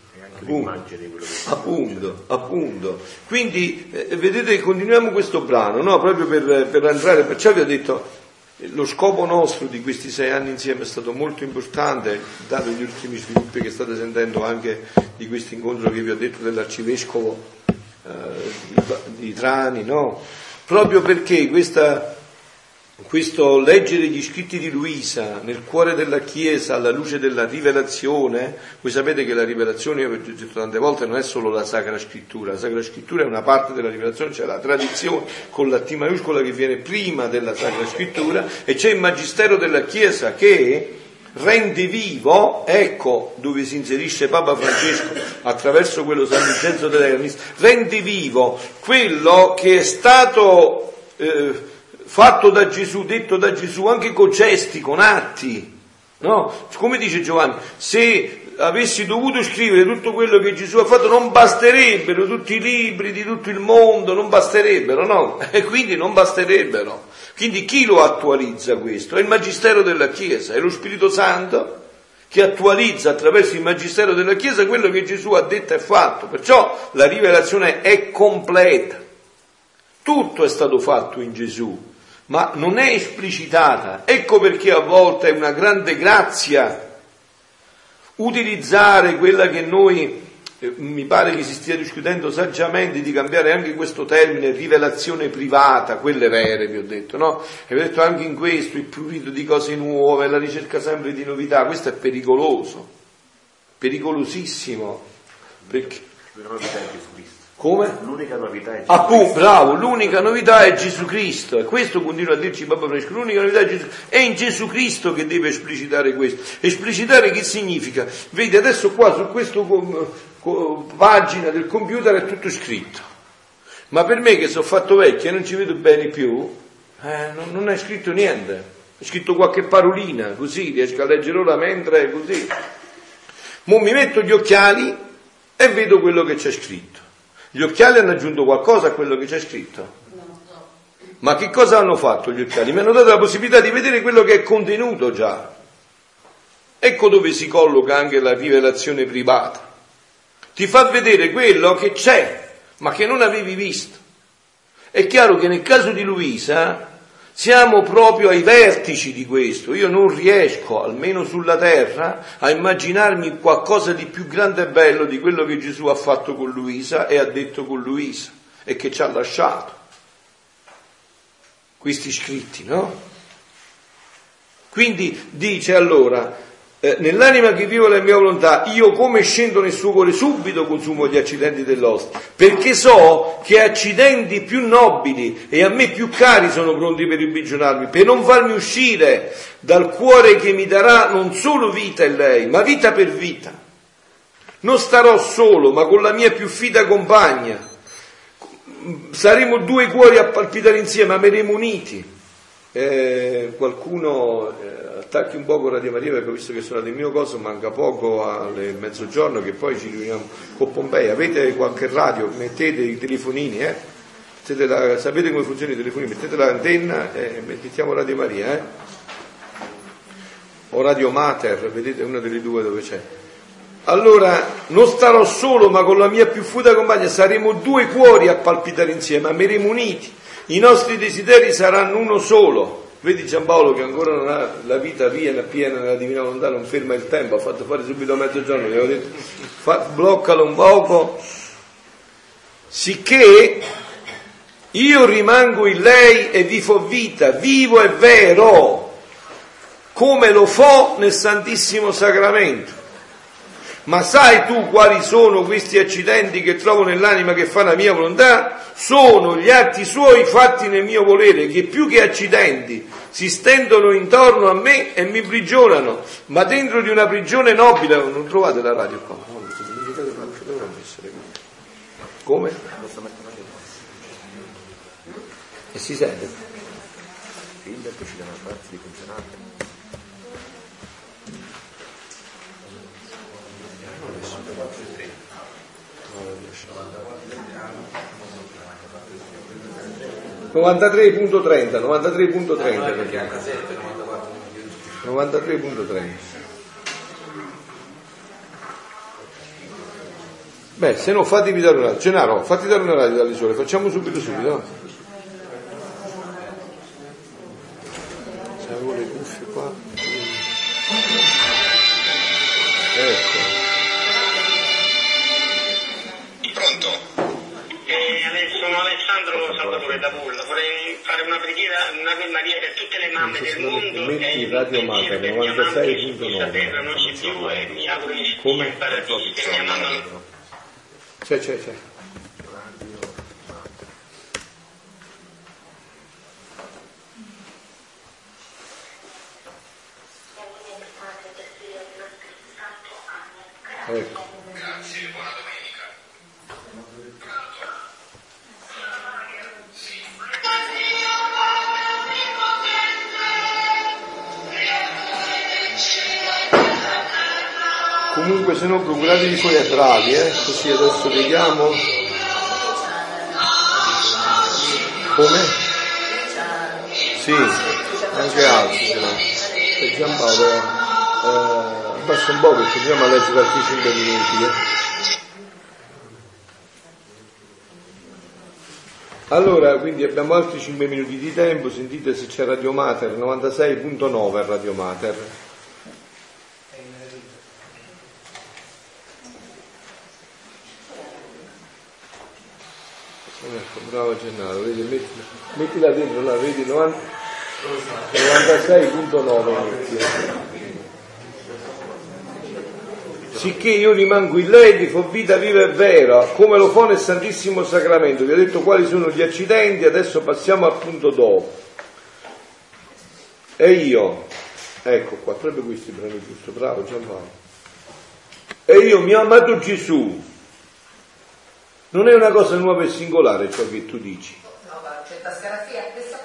Appunto. Quindi vedete, continuiamo questo brano, no? Proprio per entrare, perciò vi ho detto lo scopo nostro di questi 6 anni insieme è stato molto importante, dato gli ultimi sviluppi che state sentendo anche di questo incontro che vi ho detto dell'arcivescovo di Trani, no? Proprio perché questo leggere gli scritti di Luisa nel cuore della Chiesa alla luce della rivelazione, voi sapete che la rivelazione, io vi ho detto tante volte, non è solo la Sacra Scrittura, la Sacra Scrittura è una parte della rivelazione, c'è la tradizione con la T maiuscola che viene prima della Sacra Scrittura e c'è il Magistero della Chiesa che rende vivo, ecco dove si inserisce Papa Francesco attraverso quello San Vincenzo dell'Ermis, rende vivo quello che è stato fatto da Gesù, detto da Gesù, anche con gesti, con atti, no? Come dice Giovanni, se avessi dovuto scrivere tutto quello che Gesù ha fatto non basterebbero tutti i libri di tutto il mondo, non basterebbero, no? E quindi non basterebbero. Quindi chi lo attualizza questo? È il Magistero della Chiesa, è lo Spirito Santo che attualizza attraverso il Magistero della Chiesa quello che Gesù ha detto e fatto. Perciò la rivelazione è completa. Tutto è stato fatto in Gesù, ma non è esplicitata. Ecco perché a volte è una grande grazia utilizzare quella che noi, mi pare che si stia discutendo saggiamente di cambiare anche questo termine, rivelazione privata, quelle vere, vi ho detto, no? E vi ho detto anche in questo, il prurito di cose nuove, la ricerca sempre di novità, questo è pericoloso, pericolosissimo, perché... Come? L'unica novità è Gesù Cristo. Bravo, l'unica novità è Gesù Cristo, e questo continua a dirci Papa Francesco, l'unica novità è Gesù Cristo. È in Gesù Cristo che deve esplicitare questo. Esplicitare che significa? Vedi, adesso qua su questa pagina del computer è tutto scritto. Ma per me che sono fatto vecchio e non ci vedo bene più, non è scritto niente, è scritto qualche parolina, così, riesco a leggere ora mentre così. Mo mi metto gli occhiali e vedo quello che c'è scritto. Gli occhiali hanno aggiunto qualcosa a quello che c'è scritto? Ma che cosa hanno fatto gli occhiali? Mi hanno dato la possibilità di vedere quello che è contenuto già. Ecco dove si colloca anche la rivelazione privata. Ti fa vedere quello che c'è, ma che non avevi visto. È chiaro che nel caso di Luisa siamo proprio ai vertici di questo. Io non riesco, almeno sulla terra, a immaginarmi qualcosa di più grande e bello di quello che Gesù ha fatto con Luisa e ha detto con Luisa e che ci ha lasciato. Questi scritti, no? Quindi dice allora, nell'anima che vivo la mia volontà, io come scendo nel suo cuore subito consumo gli accidenti dell'oste, perché so che accidenti più nobili e a me più cari sono pronti per imprigionarmi, per non farmi uscire dal cuore che mi darà non solo vita in lei, ma vita per vita. Non starò solo, ma con la mia più fida compagna. Saremo due cuori a palpitare insieme, ameremo uniti. Qualcuno attacchi un po' con Radio Maria, perché ho visto che sono del mio coso, manca poco alle mezzogiorno che poi ci riuniamo con Pompei. Avete qualche radio? Mettete i telefonini, sapete come funzionano i telefonini? Mettete l'antenna e mettiamo Radio Maria, o Radio Mater, vedete, una delle due dove c'è. Allora, non starò solo, ma con la mia più fida compagna saremo due cuori a palpitare insieme, ameremo uniti. I nostri desideri saranno uno solo. Vedi Giampaolo che ancora non ha la vita piena nella divina volontà, non ferma il tempo, ha fatto fare subito a mezzogiorno, gli avevo detto bloccalo un poco, sicché io rimango in lei e vi fo vita, vivo e vero, come lo fo nel Santissimo Sacramento. Ma sai tu quali sono questi accidenti che trovo nell'anima che fa la mia volontà? Sono gli atti suoi fatti nel mio volere, che più che accidenti si stendono intorno a me e mi prigionano, ma dentro di una prigione nobile. Non trovate la radio qua? No, dovrebbe essere qui. Come? E si sente? Figlia che ci danno farsi di funzionare. No, 93.30 93.30. Beh, se no fatevi dare una radio. Gennaro, fatti dare una radio dalle sole, facciamo subito. Se avevo le cuffie qua. Ecco. Sono Alessandro Salvatore da Pulla, vorrei fare una preghiera per tutte le mamme del mondo metti Radio Mater 96.9. Non c'è più e mi auguro di come? Paradiso, mia mamma. C'è. Ecco. Grazie, buona domenica. Comunque se no procuratevi poi ai bravi, così adesso vediamo. Come? Sì, anche altri ce l'ho. E Giampaolo abbassa un po' perché andiamo a leggere altri 5 minuti. Allora, quindi abbiamo altri 5 minuti di tempo, sentite se c'è Radio Mater, 96.9 Radio Mater. Ecco, bravo Gennaro, vedi, mettila dentro là, vedi, 96.9 sicché io rimango in lei, vi fo vita viva e vera, come lo fa nel Santissimo Sacramento. Vi ho detto quali sono gli accidenti, adesso passiamo al punto dopo. E io, ecco qua, proprio questi brani giusto, bravo Giampaolo. E io, mio amato Gesù, Non è una cosa nuova e singolare ciò che tu dici. No, ma c'è la scarafia,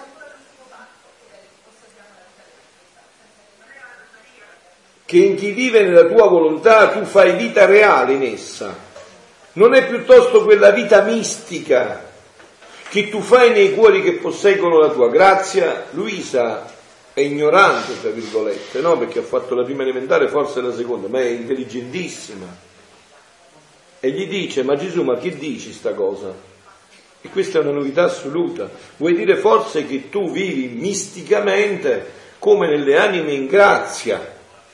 che in chi vive nella tua volontà tu fai vita reale in essa. Non è piuttosto quella vita mistica che tu fai nei cuori che posseggono la tua grazia. Luisa è ignorante, tra virgolette, no? Perché ha fatto la prima elementare, forse la seconda, ma è intelligentissima. E gli dice: ma Gesù, ma che dici sta cosa? E questa è una novità assoluta. Vuoi dire forse che tu vivi misticamente come nelle anime in grazia?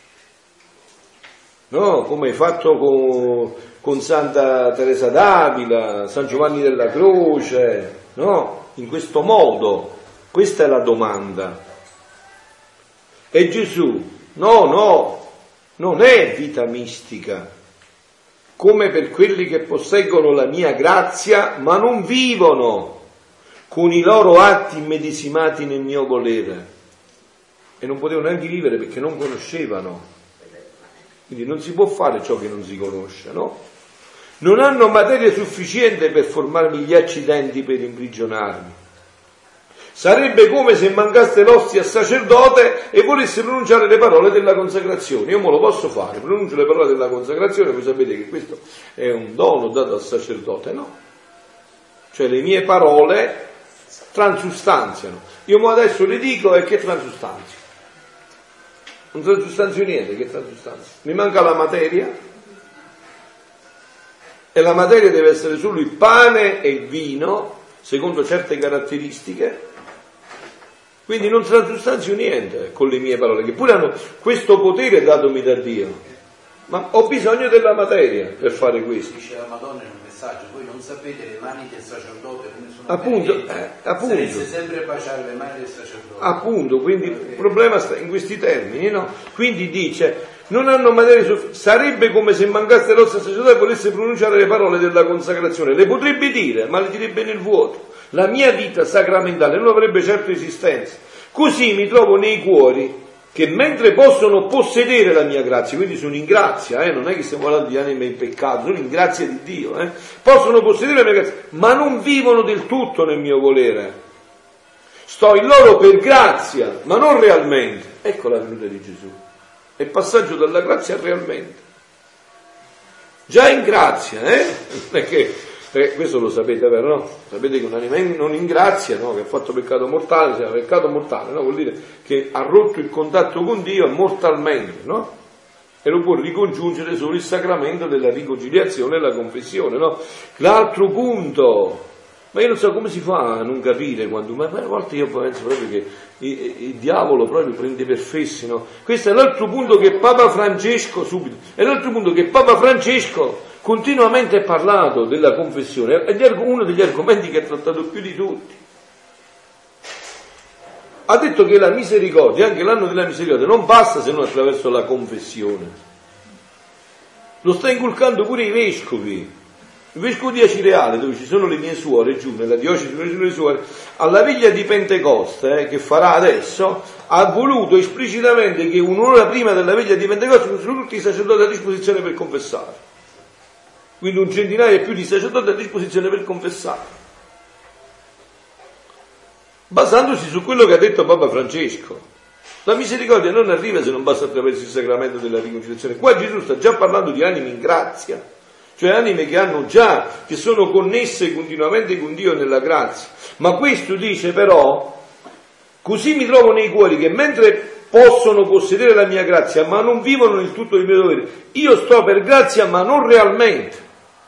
No, come hai fatto con Santa Teresa d'Avila, San Giovanni della Croce, no? In questo modo. Questa è la domanda. E Gesù, no, non è vita mistica, come per quelli che posseggono la mia grazia, ma non vivono con i loro atti immedesimati nel mio volere. E non potevano neanche vivere perché non conoscevano. Quindi non si può fare ciò che non si conosce, no? Non hanno materia sufficiente per formarmi gli accidenti per imprigionarmi. Sarebbe come se mancasse l'ostia al sacerdote e volesse pronunciare le parole della consacrazione. Io me lo posso fare, pronuncio le parole della consacrazione, voi sapete che questo è un dono dato al sacerdote, no? Cioè le mie parole transustanziano. Io adesso le dico e che transustanzio? Non transustanzio niente, che transustanzio? Mi manca la materia e la materia deve essere solo il pane e il vino, secondo certe caratteristiche. Quindi non transustanzio niente con le mie parole, che pure hanno questo potere datomi da Dio, ma ho bisogno della materia per fare questo. Dice la Madonna in un messaggio: voi non sapete le mani del sacerdote come sono appunto. Sareste sempre baciare le mani del sacerdote. Appunto, quindi il problema sta in questi termini, no? Quindi dice: non hanno materia sarebbe come se mancasse l'ossa al sacerdote e volesse pronunciare le parole della consacrazione. Le potrebbe dire, ma le direbbe nel vuoto. La mia vita sacramentale non avrebbe certo esistenza. Così mi trovo nei cuori che mentre possono possedere la mia grazia, quindi sono in grazia, non è che stiamo parlando di anime in peccato, sono in grazia di Dio, possono possedere la mia grazia, ma non vivono del tutto nel mio volere. Sto in loro per grazia, ma non realmente. Ecco la venuta di Gesù. È il passaggio dalla grazia a realmente. Già in grazia, perché questo lo sapete, vero? No? Sapete che un'anima non in grazia, no? Che ha fatto peccato mortale, si chiama peccato mortale, no? Vuol dire che ha rotto il contatto con Dio mortalmente, no? E lo può ricongiungere solo il sacramento della riconciliazione e la confessione, no? L'altro punto, ma io non so come si fa a non capire quando, ma a volte io penso proprio che il diavolo proprio prende per fessi, no? Questo è l'altro punto che Papa Francesco, subito, è l'altro punto che Papa Francesco continuamente ha parlato della confessione, è uno degli argomenti che ha trattato più di tutti. Ha detto che la misericordia, anche l'anno della misericordia, non passa se non attraverso la confessione. Lo sta inculcando pure i vescovi. Il vescovo di Acireale, dove ci sono le mie suore giù, nella diocesi dove ci sono le suore, alla viglia di Pentecoste, che farà adesso, ha voluto esplicitamente che un'ora prima della viglia di Pentecoste fossero tutti i sacerdoti a disposizione per confessare. Quindi un centinaio e più di sacerdoti a disposizione per confessare, basandosi su quello che ha detto Papa Francesco. La misericordia non arriva se non passa attraverso il sacramento della riconciliazione. Qua Gesù sta già parlando di anime in grazia, cioè anime che hanno già, che sono connesse continuamente con Dio nella grazia. Ma questo dice però: così mi trovo nei cuori che mentre possono possedere la mia grazia, ma non vivono nel tutto il mio dovere, io sto per grazia, ma non realmente.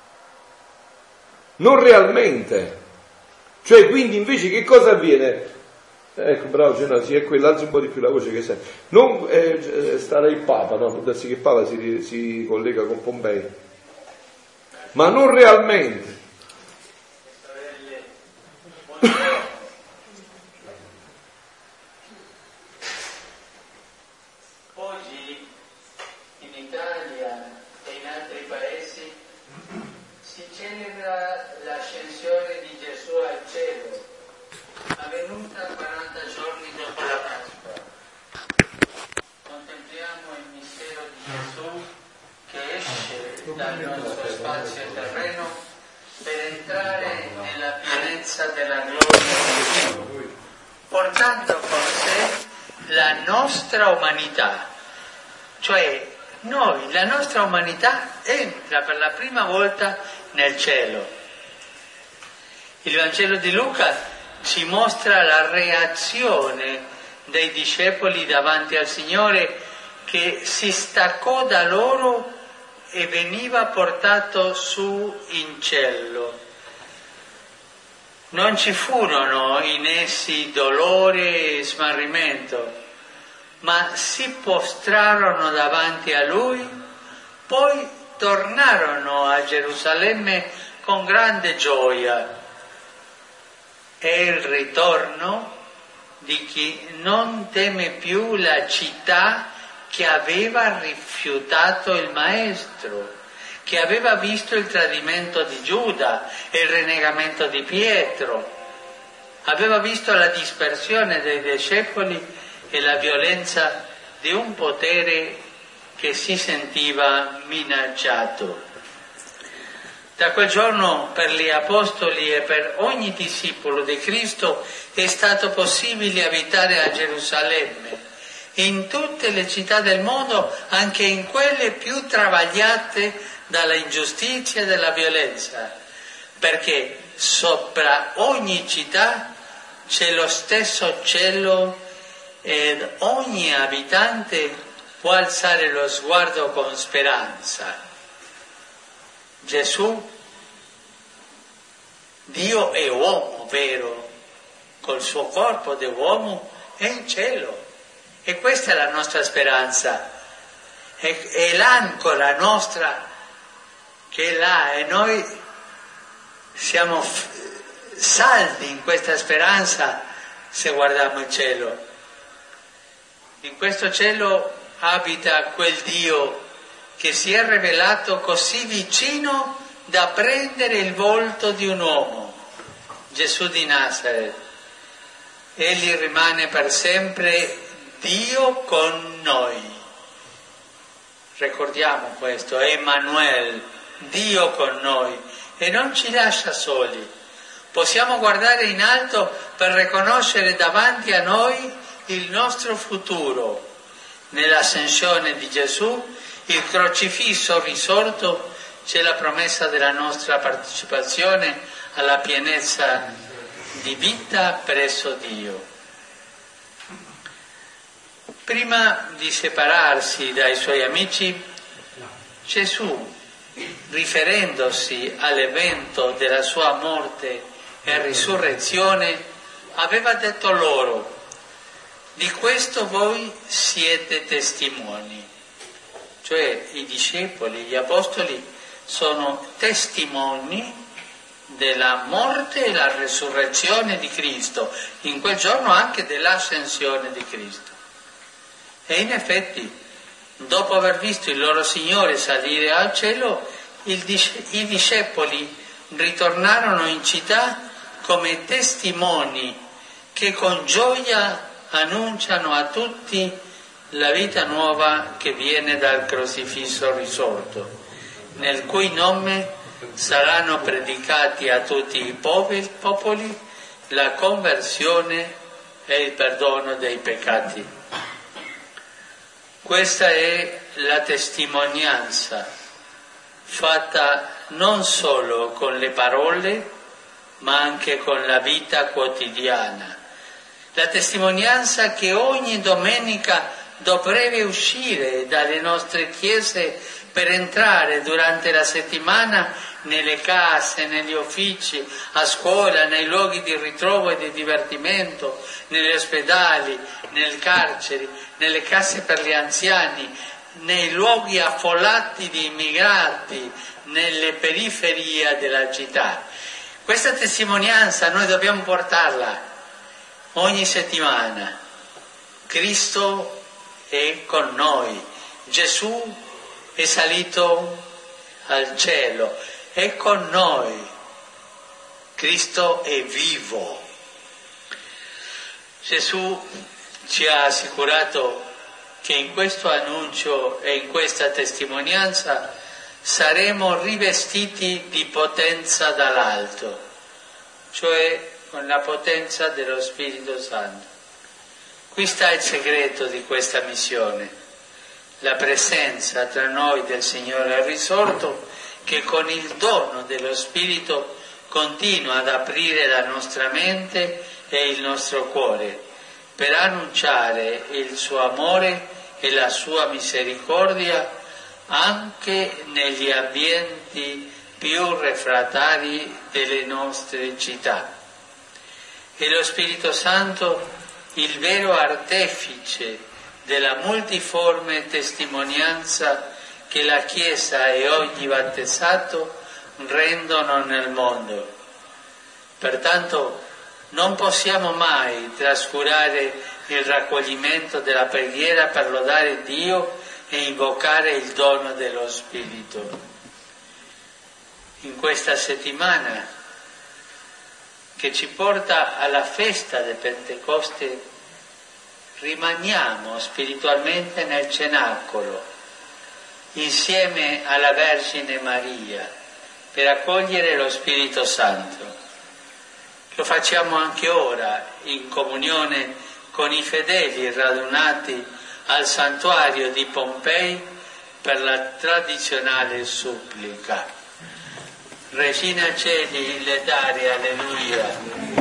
Non realmente. Cioè, quindi invece che cosa avviene? Ecco, bravo Genaro, sì, è quello, alzi un po' di più la voce che senti. Non starà il Papa, no? Può darsi che il Papa si collega con Pompei. Ma non realmente. Oggi in Italia e in altri paesi si celebra l'ascensione di Gesù al cielo, avvenuta 40 giorni dopo la Pasqua. Contempliamo il mistero di Gesù che esce dal nostro spazio terreno per entrare nella pienezza della gloria di Dio, portando con sé la nostra umanità. Cioè noi, la nostra umanità entra per la prima volta nel cielo. Il Vangelo di Luca ci mostra la reazione dei discepoli davanti al Signore, che si staccò da loro e veniva portato su in cielo. Non ci furono in essi dolore e smarrimento, ma si postrarono davanti a Lui, poi tornarono a Gerusalemme con grande gioia. È il ritorno di chi non teme più la città che aveva rifiutato il Maestro, che aveva visto il tradimento di Giuda e il rinnegamento di Pietro, aveva visto la dispersione dei discepoli e la violenza di un potere che si sentiva minacciato. Da quel giorno per gli apostoli e per ogni discepolo di Cristo è stato possibile abitare a Gerusalemme, in tutte le città del mondo, anche in quelle più travagliate dalla ingiustizia e dalla violenza, perché sopra ogni città c'è lo stesso cielo ed ogni abitante può alzare lo sguardo con speranza. Gesù, Dio è uomo vero, col suo corpo di uomo è in cielo, e questa è la nostra speranza, è l'ancora nostra che è là, e noi siamo saldi in questa speranza se guardiamo il cielo. In questo cielo abita quel Dio che si è rivelato così vicino da prendere il volto di un uomo, Gesù di Nazaret. Egli rimane per sempre Dio con noi. Ricordiamo questo, Emanuele, Dio con noi, e non ci lascia soli. Possiamo guardare in alto per riconoscere davanti a noi il nostro futuro. Nell'ascensione di Gesù, il crocifisso risorto, c'è la promessa della nostra partecipazione alla pienezza di vita presso Dio. Prima di separarsi dai suoi amici, Gesù, riferendosi all'evento della sua morte e risurrezione, aveva detto loro: di questo voi siete testimoni. Cioè i discepoli, gli apostoli sono testimoni della morte e la resurrezione di Cristo, in quel giorno anche dell'ascensione di Cristo. E in effetti, dopo aver visto il loro Signore salire al cielo, i discepoli ritornarono in città come testimoni che con gioia annunciano a tutti la vita nuova che viene dal crocifisso risorto, nel cui nome saranno predicati a tutti i popoli la conversione e il perdono dei peccati. Questa è la testimonianza fatta non solo con le parole, ma anche con la vita quotidiana. La testimonianza che ogni domenica dovrebbe uscire dalle nostre chiese per entrare durante la settimana nelle case, negli uffici, a scuola, nei luoghi di ritrovo e di divertimento, negli ospedali, nelle carceri, nelle case per gli anziani, nei luoghi affollati di immigrati, nelle periferie della città. Questa testimonianza noi dobbiamo portarla ogni settimana. Cristo è con noi, Gesù è salito al cielo, è con noi, Cristo è vivo. Gesù ci ha assicurato che in questo annuncio e in questa testimonianza saremo rivestiti di potenza dall'alto, cioè con la potenza dello Spirito Santo. Qui sta il segreto di questa missione, la presenza tra noi del Signore risorto, che con il dono dello Spirito continua ad aprire la nostra mente e il nostro cuore per annunciare il suo amore e la sua misericordia anche negli ambienti più refrattari delle nostre città. E lo Spirito Santo, il vero artefice della multiforme testimonianza che la Chiesa e ogni battezzato rendono nel mondo. Pertanto non possiamo mai trascurare il raccoglimento della preghiera per lodare Dio e invocare il dono dello Spirito. In questa settimana che ci porta alla festa del Pentecoste, rimaniamo spiritualmente nel cenacolo, insieme alla Vergine Maria, per accogliere lo Spirito Santo. Lo facciamo anche ora, in comunione con i fedeli radunati al santuario di Pompei per la tradizionale supplica. Regina Celi, letare, alleluia.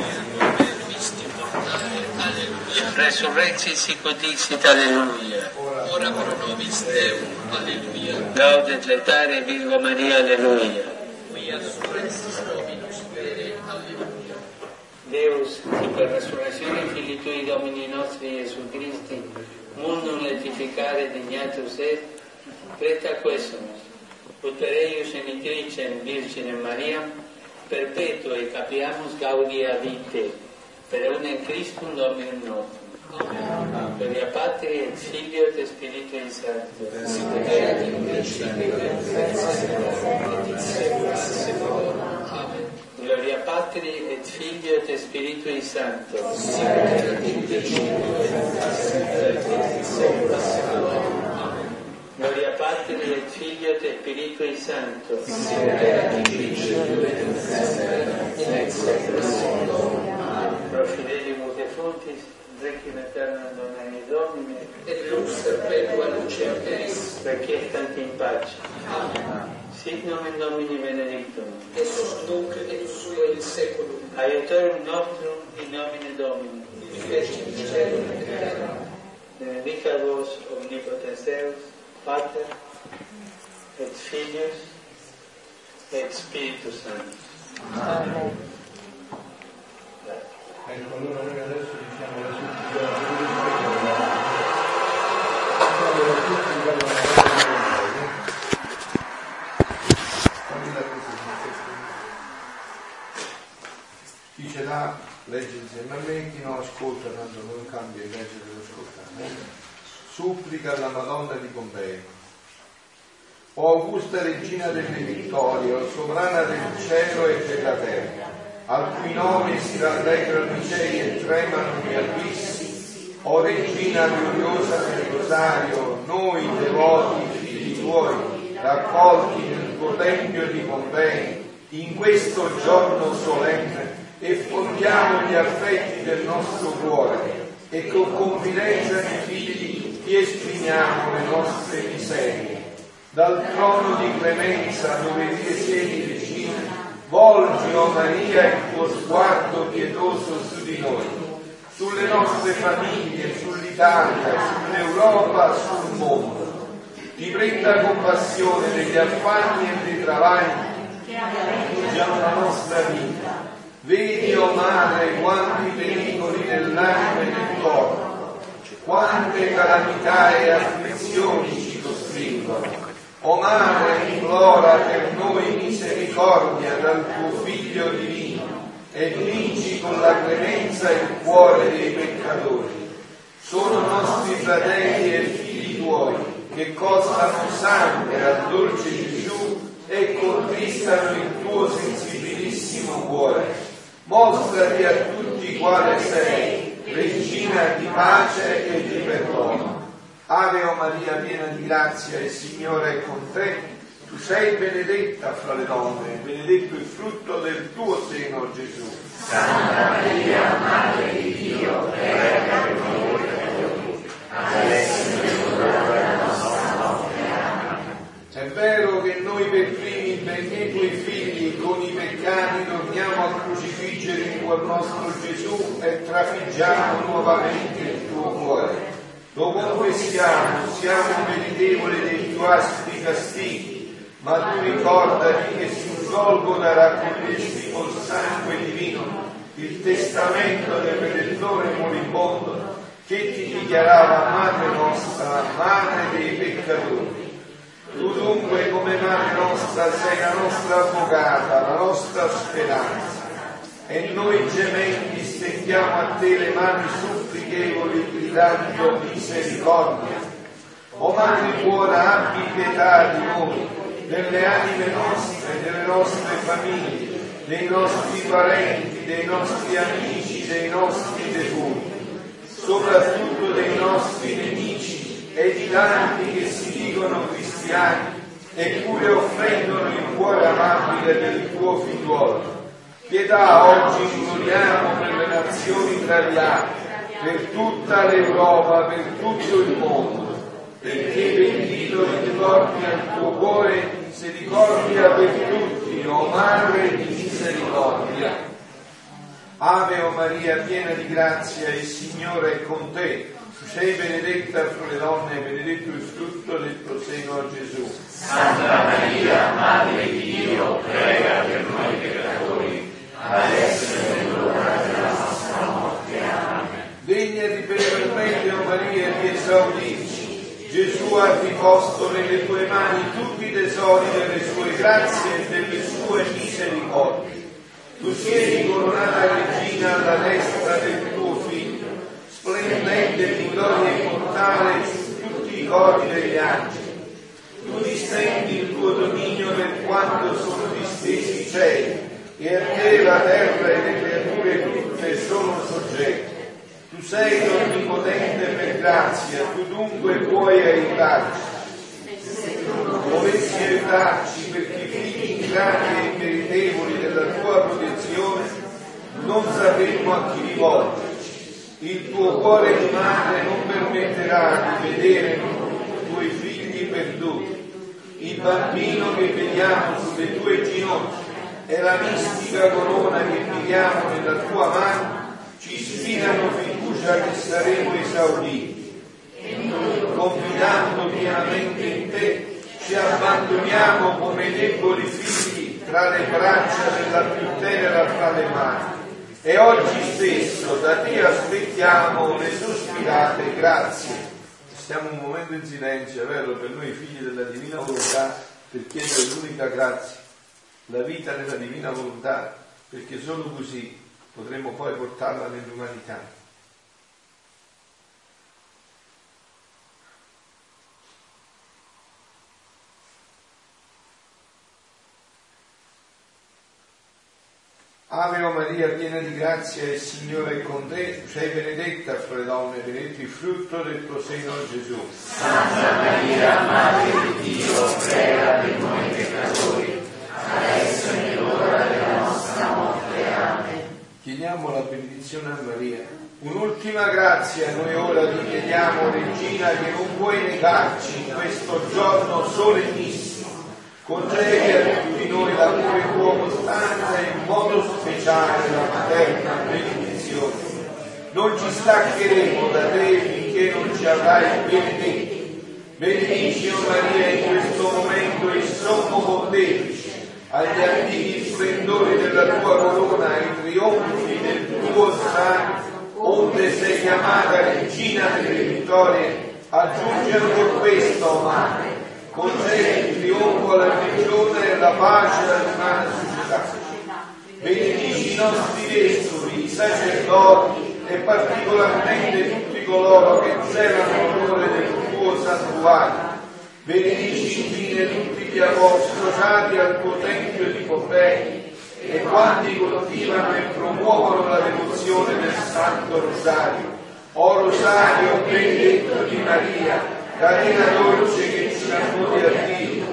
Resurrexit sicut dixit, alleluia. Ora pro nobis Deum, alleluia. Gaudet letare Virgo Maria, alleluia. Quia resurrexit Dominus vere, alleluia. Deus, che per resurrezione Filii Tui Domini nostri Gesù Christi, mundum letificare dignatus est, preta quesumus, ut per eius genitricem Virginem Mariam, perpetue capiamus gaudia vitae, per une Christum Dominum nostrum. Gloria Patri et Filio et Spiritui Sancto. Sicut erat in principio et secula seculorum. Amen. Gloria Patri et Filio et Spiritui Sancto. Sicut erat in principio et secula seculorum. Amen. Gloria Patri et Filio et Spiritui Sancto. Sicut erat in principio et secula seculorum. Amen. Pro fidelium et fontis, requiem aeternam dona Domine, Et lux perpetua luce eis. requiescant in pace. Amen. Sit nomen Domini benedictum. Et sus nunc et usque in seculum. Aiutorium nostrum in nomine Domini. Qui fecit caelum et terra. Benedicat vos omnipotens Deus, Pater, et Filius, et Spiritus Sanctus. Amen. Ecco, allora noi adesso diciamo la supplica. Chi ce l'ha legge insieme a me, chi non ascolta tanto non cambia il leggere e l'ascoltare. Supplica alla Madonna di Pompei. O Augusta Regina delle Vittorie, o Sovrana del cielo e della terra, al cui nome si rallegrano i cieli e tremano gli abissi, o Regina gloriosa del Rosario, noi devoti figli tuoi, raccolti nel tuo tempio di Pompei, in questo giorno solenne, e fondiamo gli affetti del nostro cuore, e con confidenza di figli ti esprimiamo le nostre miserie. Dal trono di clemenza dove siedi regina, volgi, o Maria, il tuo sguardo pietoso su di noi, sulle nostre famiglie, sull'Italia, sull'Europa, sul mondo. Ti prenda compassione degli affanni e dei travagli che appoggiano la nostra vita. Vedi, o Madre, quanti pericoli dell'anima e del corpo, quante calamità e afflizioni ci costringono. O Madre, implora per noi misericordia dal tuo Figlio divino e vinci con la clemenza il cuore dei peccatori. Sono nostri fratelli e figli tuoi che costano sangue al dolce Gesù e contristano il tuo sensibilissimo cuore. Mostrati a tutti quale sei, Regina di pace e di perdono. Ave o Maria, piena di grazia, il Signore è con te. Tu sei benedetta fra le donne, benedetto il frutto del tuo seno, Gesù. Santa Maria, Madre di Dio, prega per noi peccatori, adesso è l'ora della nostra morte. Amen. È vero che noi per primi, benché i tuoi figli, con i peccati torniamo a crocifiggere il tuo nostro Gesù e trafiggiamo nuovamente il tuo cuore. Lo confessiamo, siamo meritevoli dei tuoi aspri castighi, ma tu ricordati che sul Golgota raccogliesti col sangue divino il testamento del Redentore moribondo che ti dichiarava Madre nostra, Madre dei peccatori. Tu dunque come Madre nostra sei la nostra avvocata, la nostra speranza, e noi gementi stendiamo a te le mani supplichevoli gridando misericordia. O Madre buona, abbi pietà di noi, delle anime nostre, delle nostre famiglie, dei nostri parenti, dei nostri amici, dei nostri defunti, soprattutto dei nostri nemici e di tanti che si dicono cristiani eppure offendono il cuore amabile del tuo figliuolo. Pietà oggi imploriamo per le nazioni italiane, per tutta l'Europa, per tutto il mondo, perché bendito ritorni al tuo cuore misericordia per tutti, o Madre di misericordia. Ave o Maria, piena di grazia, il Signore è con te. Tu sei benedetta fra le donne e benedetto il frutto del tuo seno, Gesù. Santa Maria, Madre di Dio, prega per noi peccatori, adesso è l'ora della nostra morte. Amen. Degna riprendermente, o Maria, di esaudirci. Gesù ha riposto nelle tue mani tutti i tesori delle sue grazie e delle sue misericordie. Tu sei coronata regina alla destra del tuo Figlio, splendente di gloria immortale su tutti i cori degli angeli. Tu distendi il tuo dominio per quanto sono distesi i cieli, e a te la terra e le creature tutte sono soggette. Tu sei onnipotente per grazia, tu dunque puoi aiutarci. Dovessi aiutarci perché figli ingrati e immeritevoli della tua protezione, non sapremmo a chi rivolgerci. Il tuo cuore di madre non permetterà di vedere i tuoi figli perduti. Il bambino che vediamo sulle tue ginocchia e la mistica corona che vediamo nella tua mano ci ispirano fiducia che saremo esauditi. Confidando pienamente in te, ci abbandoniamo come deboli figli tra le braccia della più tenera fra le mani. E oggi stesso da te aspettiamo le sospirate grazie. Stiamo un momento in silenzio, è vero, per noi figli della divina volontà, per chiedere l'unica grazia, la vita nella divina volontà, perché solo così potremmo poi portarla nell'umanità. Ave o Maria, piena di grazia, il Signore è con te. Tu sei benedetta fra le donne, benedetto il frutto del tuo seno, Gesù. Santa Maria, Madre di Dio, prega per noi peccatori, adesso è l'ora della nostra morte. Amen. Chiediamo la benedizione a Maria. Un'ultima grazia noi ora ti chiediamo, Regina, che non puoi negarci in questo giorno solennissimo. Concedi a tutti noi l'amore tuo costante e in modo speciale la materna benedizione. Non ci staccheremo da te finché non ci avrai benedetto. Benedici, o Maria, in questo momento il sommo pontefice, agli antichi splendori della tua corona e i trionfi del tuo sangue, onde sei chiamata Regina delle vittorie. Aggiungi ancora questo, Madre. Concedi il trionfo alla religione e la pace all'umana società. Benedici i nostri vescovi, i sacerdoti e particolarmente tutti coloro che celano l'onore del tuo santuario. Benedici infine tutti gli apostolati al tuo tempio di Pompei e quanti coltivano e promuovono la devozione del Santo Rosario. O Rosario benedetto di Maria, catena dolce che ci racconti a Dio,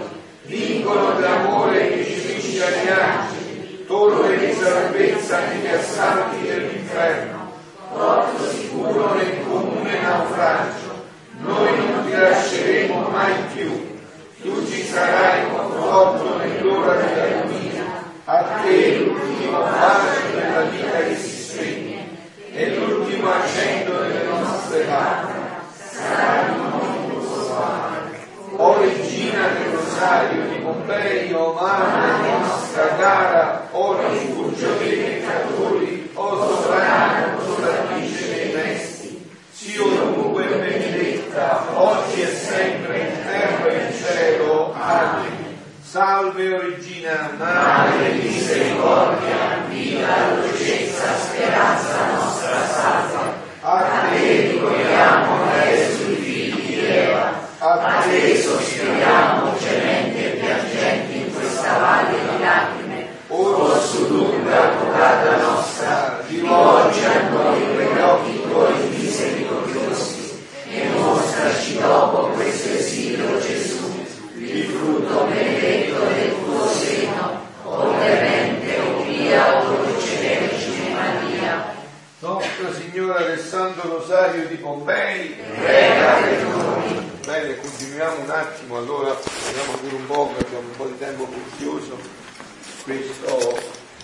vincolo d'amore che ci unisce agli angeli, torre di salvezza negli assalti dell'inferno, porto sicuro nel comune naufragio, noi non ti lasceremo mai più, tu ci sarai conforto nell'ora della guida, a te l'ultimo bacio della vita che si spegne e l'ultimo accento delle nostre labbra, sarai il tuo amore. O regina del Rosario di Pompei, o madre nostra cara, o rifugio dei peccatori, o sovrana consolatrice dei mesti, sii ovunque benedetta, oggi e sempre in terra e in cielo. Amen. Salve, o Regina, Madre di misericordia, vita, dolcezza, speranza nostra salva. A te ricorriamo Gesù, figli di Eva, a te sospiriamo gementi e piangenti in questa valle di lacrime. O sull'umbra curata nostra, rivolgi a noi quegli occhi tuoi misericordiosi e mostraci dopo questo esilio Gesù, il frutto benedetto del tuo seno, o clemente, o pia, o dolce Vergine Maria. Nostra Signora del Santo Rosario di Pompei, prega per noi. Bene, continuiamo un attimo, allora vediamo ancora un po', perché abbiamo un po' di tempo prezioso. Questo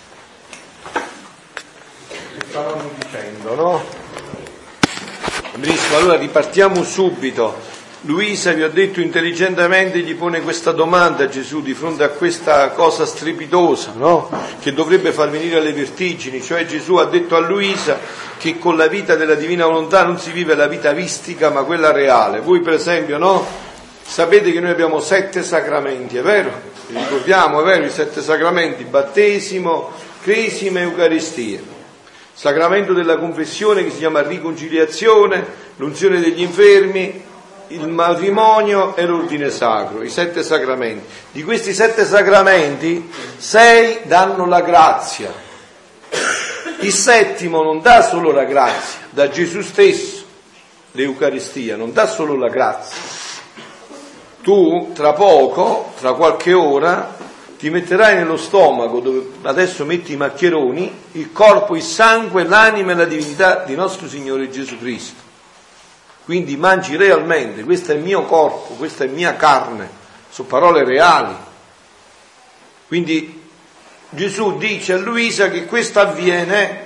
che stavamo dicendo, no? Benissimo, allora ripartiamo subito. Luisa, vi ho detto, intelligentemente gli pone questa domanda a Gesù di fronte a questa cosa strepitosa, no? Che dovrebbe far venire le vertigini, cioè Gesù ha detto a Luisa che con la vita della divina volontà non si vive la vita mistica ma quella reale. Voi per esempio, no? Sapete che noi abbiamo 7 sacramenti, è vero? Vi ricordiamo, è vero, i 7 sacramenti: battesimo, cresima e eucaristia. Sacramento della confessione che si chiama riconciliazione, l'unzione degli infermi, il matrimonio e l'ordine sacro, i 7 sacramenti. Di questi 7 sacramenti 6 danno la grazia, il 7° non dà solo la grazia, da Gesù stesso l'Eucaristia non dà solo la grazia. Tu tra poco, tra qualche ora, ti metterai nello stomaco, dove adesso metti i maccheroni, il corpo, il sangue, l'anima e la divinità di nostro Signore Gesù Cristo. Quindi mangi realmente, questo è il mio corpo, questa è mia carne, sono parole reali. Quindi Gesù dice a Luisa che questo avviene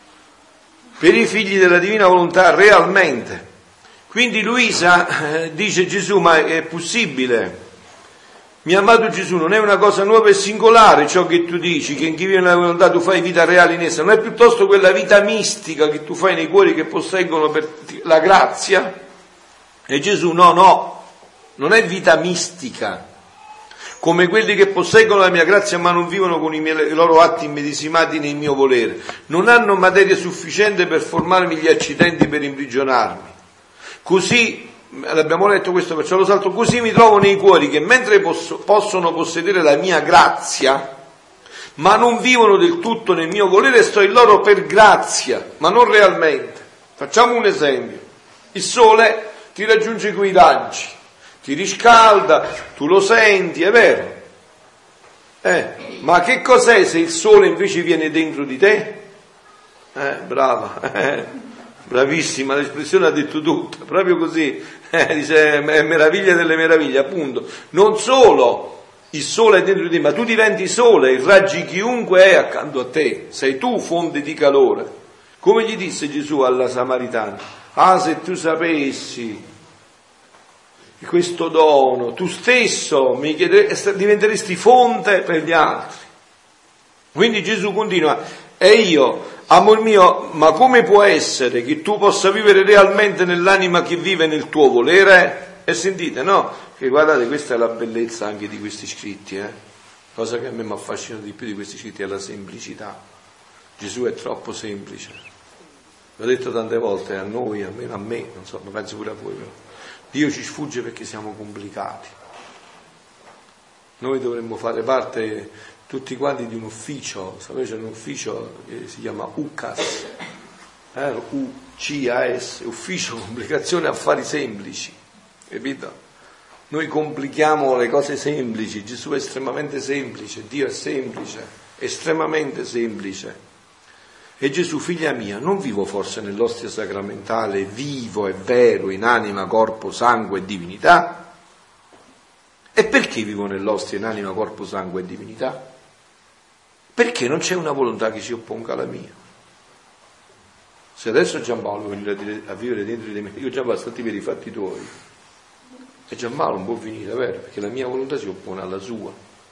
per i figli della divina volontà realmente. Quindi Luisa dice: Gesù, ma è possibile? Mio amato Gesù, non è una cosa nuova e singolare ciò che tu dici, che in chi vive nella volontà tu fai vita reale in essa, non è piuttosto quella vita mistica che tu fai nei cuori che posseggono per la grazia? E Gesù: no, non è vita mistica, come quelli che posseggono la mia grazia ma non vivono con i loro atti immedesimati nel mio volere, non hanno materia sufficiente per formarmi gli accidenti per imprigionarmi. Così, l'abbiamo letto questo, perciò lo salto, così mi trovo nei cuori che mentre possono possedere la mia grazia, ma non vivono del tutto nel mio volere, sto in loro per grazia, ma non realmente. Facciamo un esempio. Il sole ti raggiunge coi raggi, ti riscalda, tu lo senti, è vero? Ma che cos'è se il sole invece viene dentro di te? Brava, bravissima, l'espressione ha detto tutto, proprio così, dice, è meraviglia delle meraviglie, appunto. Non solo il sole è dentro di te, ma tu diventi sole, irraggi chiunque è accanto a te, sei tu fonte di calore. Come gli disse Gesù alla Samaritana: ah, se tu sapessi questo dono, tu stesso diventeresti fonte per gli altri. Quindi Gesù continua: e io, amor mio, ma come può essere che tu possa vivere realmente nell'anima che vive nel tuo volere? E sentite, no? Che guardate, questa è la bellezza anche di questi scritti, cosa che a me mi affascina di più di questi scritti è la semplicità. Gesù è troppo semplice. L'ho detto tante volte, a noi, almeno a me, non so, ma penso pure a voi, però Dio ci sfugge perché siamo complicati. Noi dovremmo fare parte tutti quanti di un ufficio, sapete, c'è un ufficio che si chiama UCAS, UCAS, Ufficio Complicazioni Affari Semplici, capito? Noi complichiamo le cose semplici, Gesù è estremamente semplice, Dio è semplice, estremamente semplice. E Gesù, figlia mia, non vivo forse nell'ostia sacramentale vivo e vero in anima, corpo, sangue e divinità? E perché vivo nell'ostia in anima, corpo, sangue e divinità? Perché non c'è una volontà che si opponga alla mia. Se adesso Giampaolo venire a vivere dentro di me, io già bastati per i fatti tuoi, e Giampaolo non può venire, vero? Perché la mia volontà si oppone alla sua.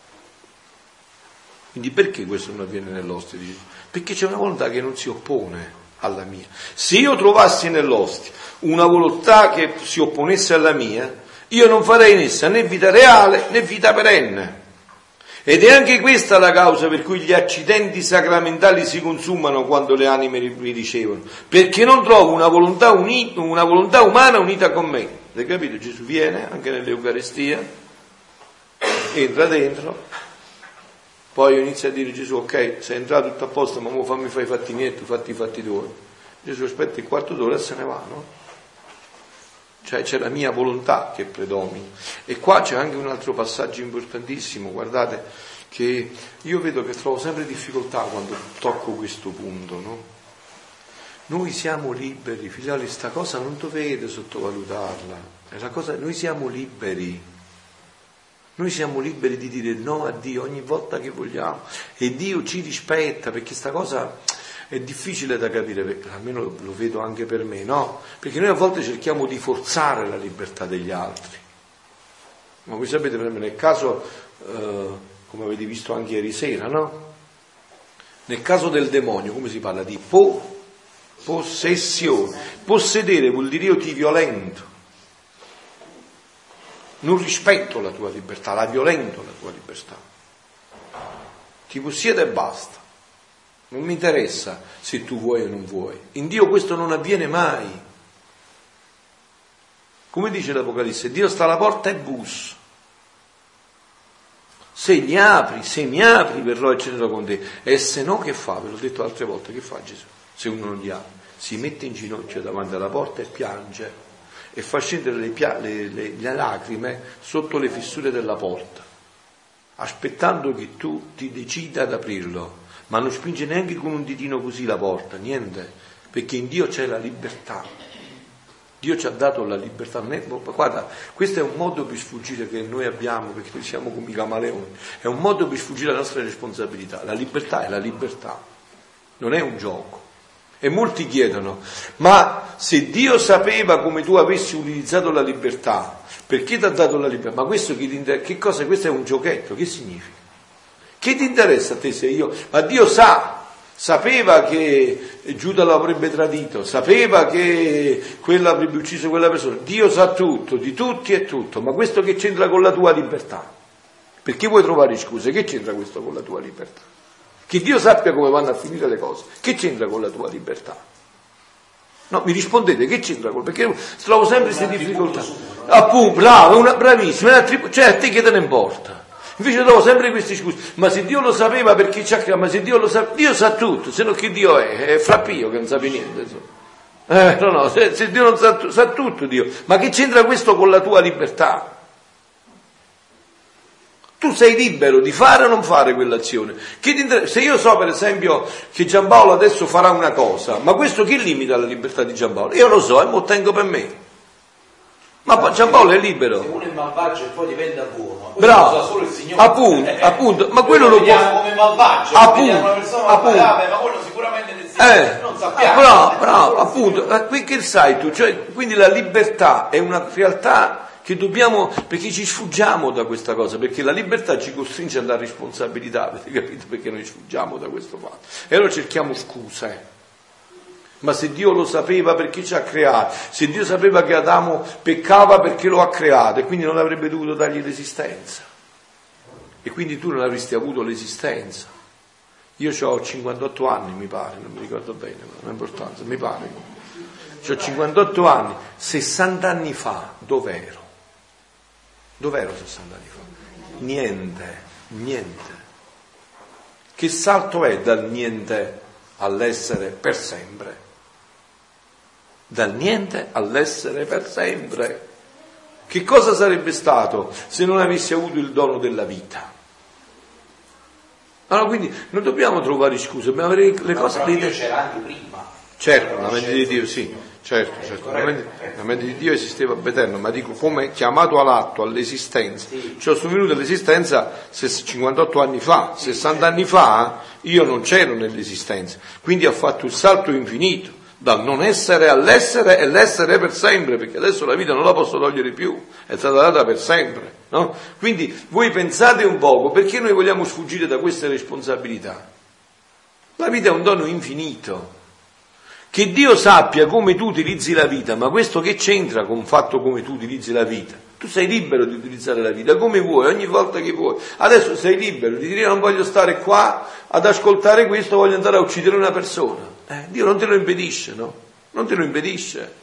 Quindi perché questo non avviene nell'ostia di Gesù? Perché c'è una volontà che non si oppone alla mia. Se io trovassi nell'ostia una volontà che si opponesse alla mia, io non farei in essa né vita reale né vita perenne. Ed è anche questa la causa per cui gli accidenti sacramentali si consumano quando le anime mi ricevono, perché non trovo una volontà umana unita con me. Avete capito? Gesù viene anche nell'Eucaristia, entra dentro, poi inizia a dire Gesù: ok, sei entrato tutto a posto, ma ora fammi fare i fatti miei, tu fatti i fatti tuoi. Gesù aspetta il quarto d'ora e se ne va, no? Cioè c'è la mia volontà che predomina. E qua c'è anche un altro passaggio importantissimo, guardate, che io vedo che trovo sempre difficoltà quando tocco questo punto, no? Noi siamo liberi, figlioli, sta cosa non dovete sottovalutarla, è la cosa, noi siamo liberi. Noi siamo liberi di dire no a Dio ogni volta che vogliamo, e Dio ci rispetta, perché sta cosa è difficile da capire, almeno lo vedo anche per me, no? Perché noi a volte cerchiamo di forzare la libertà degli altri. Ma voi sapete, per me, nel caso, come avete visto anche ieri sera, no? Nel caso del demonio, come si parla? Di possessione. Possedere vuol dire io ti violento. Non rispetto la tua libertà, la violento la tua libertà. Ti possiedo e basta. Non mi interessa se tu vuoi o non vuoi. In Dio questo non avviene mai. Come dice l'Apocalisse, Dio sta alla porta e bussa. Se mi apri, verrò e cenerò con te. E se no, che fa? Ve l'ho detto altre volte, che fa Gesù? Se uno non gli apre, si mette in ginocchio davanti alla porta e piange. E fa scendere le lacrime sotto le fessure della porta, aspettando che tu ti decida ad aprirlo, ma non spinge neanche con un ditino così la porta, niente, perché in Dio c'è la libertà. Dio ci ha dato la libertà. Guarda, questo è un modo per sfuggire che noi abbiamo, perché noi siamo come i camaleoni, è un modo per sfuggire alla nostra responsabilità. La libertà è la libertà, non è un gioco. E molti chiedono, ma se Dio sapeva come tu avessi utilizzato la libertà, perché ti ha dato la libertà? Ma questo che cosa? Questo è un giochetto, che significa? Che ti interessa a te se io? Ma Dio sapeva che Giuda lo avrebbe tradito, sapeva che quello avrebbe ucciso quella persona. Dio sa tutto, di tutti e tutto, ma questo che c'entra con la tua libertà? Perché vuoi trovare scuse? Che c'entra questo con la tua libertà? Che Dio sappia come vanno a finire le cose, che c'entra con la tua libertà? No, mi rispondete, che c'entra con? Perché trovo sempre queste difficoltà. Appunto, bravo, bravissimo, cioè a te che te ne importa? Invece trovo sempre questi scusi, ma se Dio lo sapeva perché ci ha creato, ma se Dio lo sa, Dio sa tutto, se no che Dio è frappio che non sa niente. No, se Dio non sa tutto Dio, ma che c'entra questo con la tua libertà? Tu sei libero di fare o non fare quell'azione. Se io so per esempio che Giampaolo adesso farà una cosa, ma questo che limita la libertà di Giampaolo? Io lo so e me lo tengo per me. Ma Giampaolo è libero. Se uno è malvagio e poi diventa buono, bravo, lo sa solo il Signore. Appunto, ma quello lo può. Come malvagio, una persona malvagio, ma quello sicuramente nel Signore non sappiamo. Bravo, appunto, che sai tu? Cioè, quindi la libertà è una realtà che dobbiamo, perché ci sfuggiamo da questa cosa, perché la libertà ci costringe alla responsabilità, avete capito? Perché noi sfuggiamo da questo fatto e allora cerchiamo scuse. Ma se Dio lo sapeva perché ci ha creato, se Dio sapeva che Adamo peccava perché lo ha creato e quindi non avrebbe dovuto dargli l'esistenza, e quindi tu non avresti avuto l'esistenza. Io ho 58 anni, mi pare, non mi ricordo bene, ma non ha importanza, mi pare. Ho 58 anni, 60 anni fa dov'ero? Dov'ero 60 anni fa? Niente. Che salto è dal niente all'essere per sempre? Dal niente all'essere per sempre. Che cosa sarebbe stato se non avesse avuto il dono della vita? Allora, quindi non dobbiamo trovare scuse, dobbiamo avere le cose. Però Dio c'era anche prima. Certo, la mente di Dio sì, certo. La mente di Dio esisteva eterno, ma dico come chiamato all'atto, all'esistenza. Cioè sono venuto all'esistenza 58 anni fa, 60 anni fa io non c'ero nell'esistenza, quindi ho fatto il salto infinito. Dal non essere all'essere e l'essere per sempre, perché adesso la vita non la posso togliere più, è stata data per sempre, no? Quindi voi pensate un poco, perché noi vogliamo sfuggire da queste responsabilità? La vita è un dono infinito. Che Dio sappia come tu utilizzi la vita, ma questo che c'entra con il fatto come tu utilizzi la vita? Tu sei libero di utilizzare la vita come vuoi, ogni volta che vuoi. Adesso sei libero di dire non voglio stare qua ad ascoltare questo, voglio andare a uccidere una persona. Dio non te lo impedisce, no? Non te lo impedisce.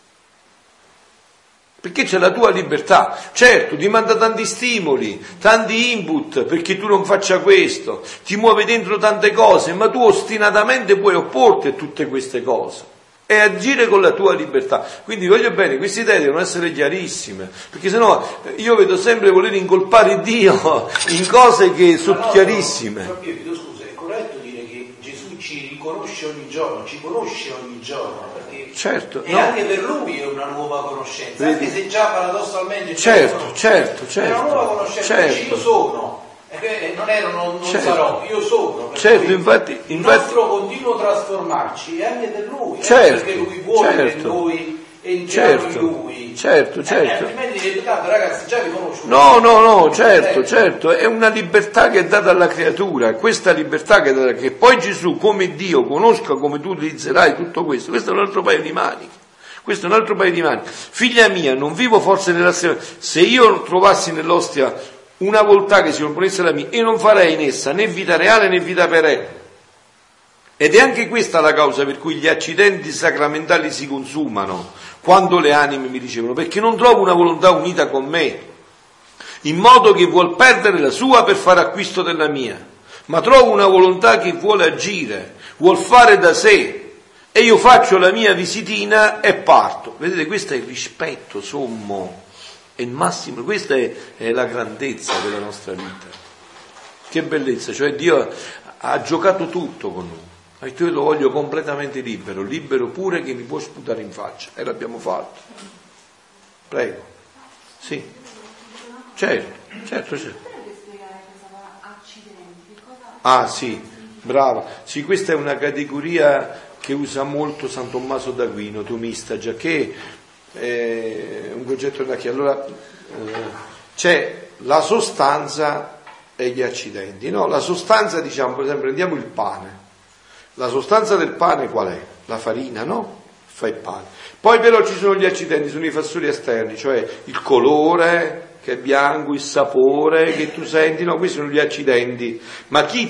Perché c'è la tua libertà. Certo, ti manda tanti stimoli, tanti input perché tu non faccia questo, ti muove dentro tante cose, ma tu ostinatamente puoi opporti a tutte queste cose e agire con la tua libertà. Quindi voglio bene, queste idee devono essere chiarissime, perché sennò io vedo sempre voler incolpare Dio in cose che sono chiarissime. Scusa, è corretto dire che Gesù ci riconosce ogni giorno, ci conosce ogni giorno, perché certo, e no. anche per lui è una nuova conoscenza, anche se già paradossalmente certo, è una nuova conoscenza, io sono. Non ero, non sarò, io sono. Certo, infatti, il nostro continuo trasformarci è anche per lui, perché lui vuole che noi entriamo in lui. Certo. Altrimenti tanto ragazzi già vi conosco. No, certo, è una libertà che è data alla creatura, questa libertà che poi Gesù come Dio conosca come tu utilizzerai tutto questo è un altro paio di maniche. Figlia mia, non vivo forse nella stessa, se io trovassi nell'ostia una volontà che si opponesse alla mia, io non farei in essa né vita reale né vita perenne. Ed è anche questa la causa per cui gli accidenti sacramentali si consumano quando le anime mi ricevono, perché non trovo una volontà unita con me, in modo che vuol perdere la sua per fare acquisto della mia, ma trovo una volontà che vuole agire, vuol fare da sé, e io faccio la mia visitina e parto. Vedete, questo è il rispetto sommo. È il massimo, questa è la grandezza della nostra vita. Che bellezza, cioè Dio ha giocato tutto con noi. Ha detto io lo voglio completamente libero pure che mi può sputare in faccia. E l'abbiamo fatto. Prego. Sì. Certo. Ah sì, brava. Sì, questa è una categoria che usa molto San Tommaso d'Aquino, tomista, giacché un concetto da chi allora c'è la sostanza e gli accidenti, no? La sostanza, diciamo, per esempio, prendiamo il pane, la sostanza del pane qual è? La farina, no? Fa il pane. Poi però ci sono gli accidenti, sono i fattori esterni, cioè il colore che è bianco, il sapore che tu senti, no? Questi sono gli accidenti. Ma chi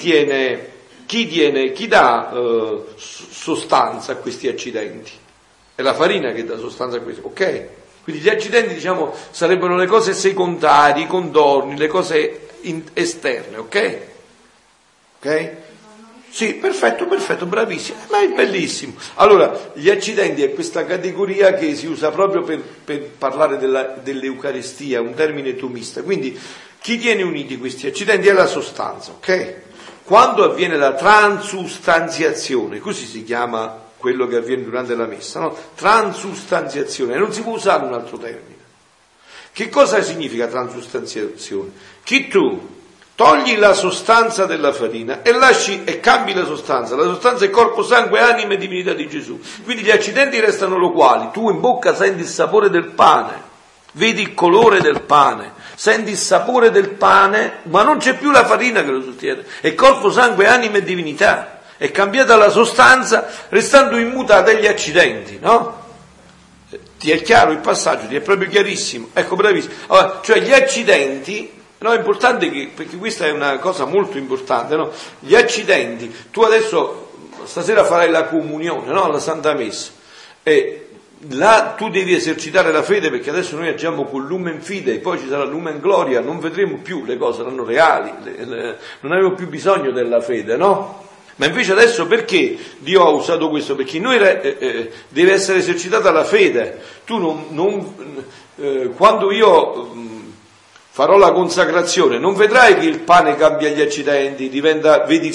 dà sostanza a questi accidenti? È la farina che dà sostanza a questo, ok? Quindi gli accidenti, diciamo, sarebbero le cose secondarie, i contorni, le cose esterne, ok? Ok? Sì, perfetto, bravissimo, ma è bellissimo. Allora, gli accidenti è questa categoria che si usa proprio per parlare dell'Eucaristia, un termine tomista. Quindi, chi tiene uniti questi accidenti è la sostanza, ok? Quando avviene la transustanziazione, così si chiama quello che avviene durante la messa, no? Transustanziazione, non si può usare un altro termine. Che cosa significa transustanziazione? Che tu togli la sostanza della farina e cambi la sostanza è corpo, sangue, anima e divinità di Gesù. Quindi gli accidenti restano uguali, tu in bocca senti il sapore del pane, vedi il colore del pane, senti il sapore del pane, ma non c'è più la farina che lo sostiene, è corpo, sangue, anima e divinità. È cambiata la sostanza, restando immutata gli accidenti, no? Ti è chiaro il passaggio? Ti è proprio chiarissimo? Ecco, bravissimo. Allora, cioè gli accidenti, no, è importante perché questa è una cosa molto importante, no? Gli accidenti, tu adesso, stasera farai la comunione, no? La Santa Messa, e là tu devi esercitare la fede, perché adesso noi agiamo con lumen fidei, poi ci sarà lumen gloria, non vedremo più le cose, saranno reali, non avremo più bisogno della fede, no? Ma invece adesso perché Dio ha usato questo? Perché in noi deve essere esercitata la fede. Tu quando io farò la consacrazione non vedrai che il pane cambia gli accidenti, vedi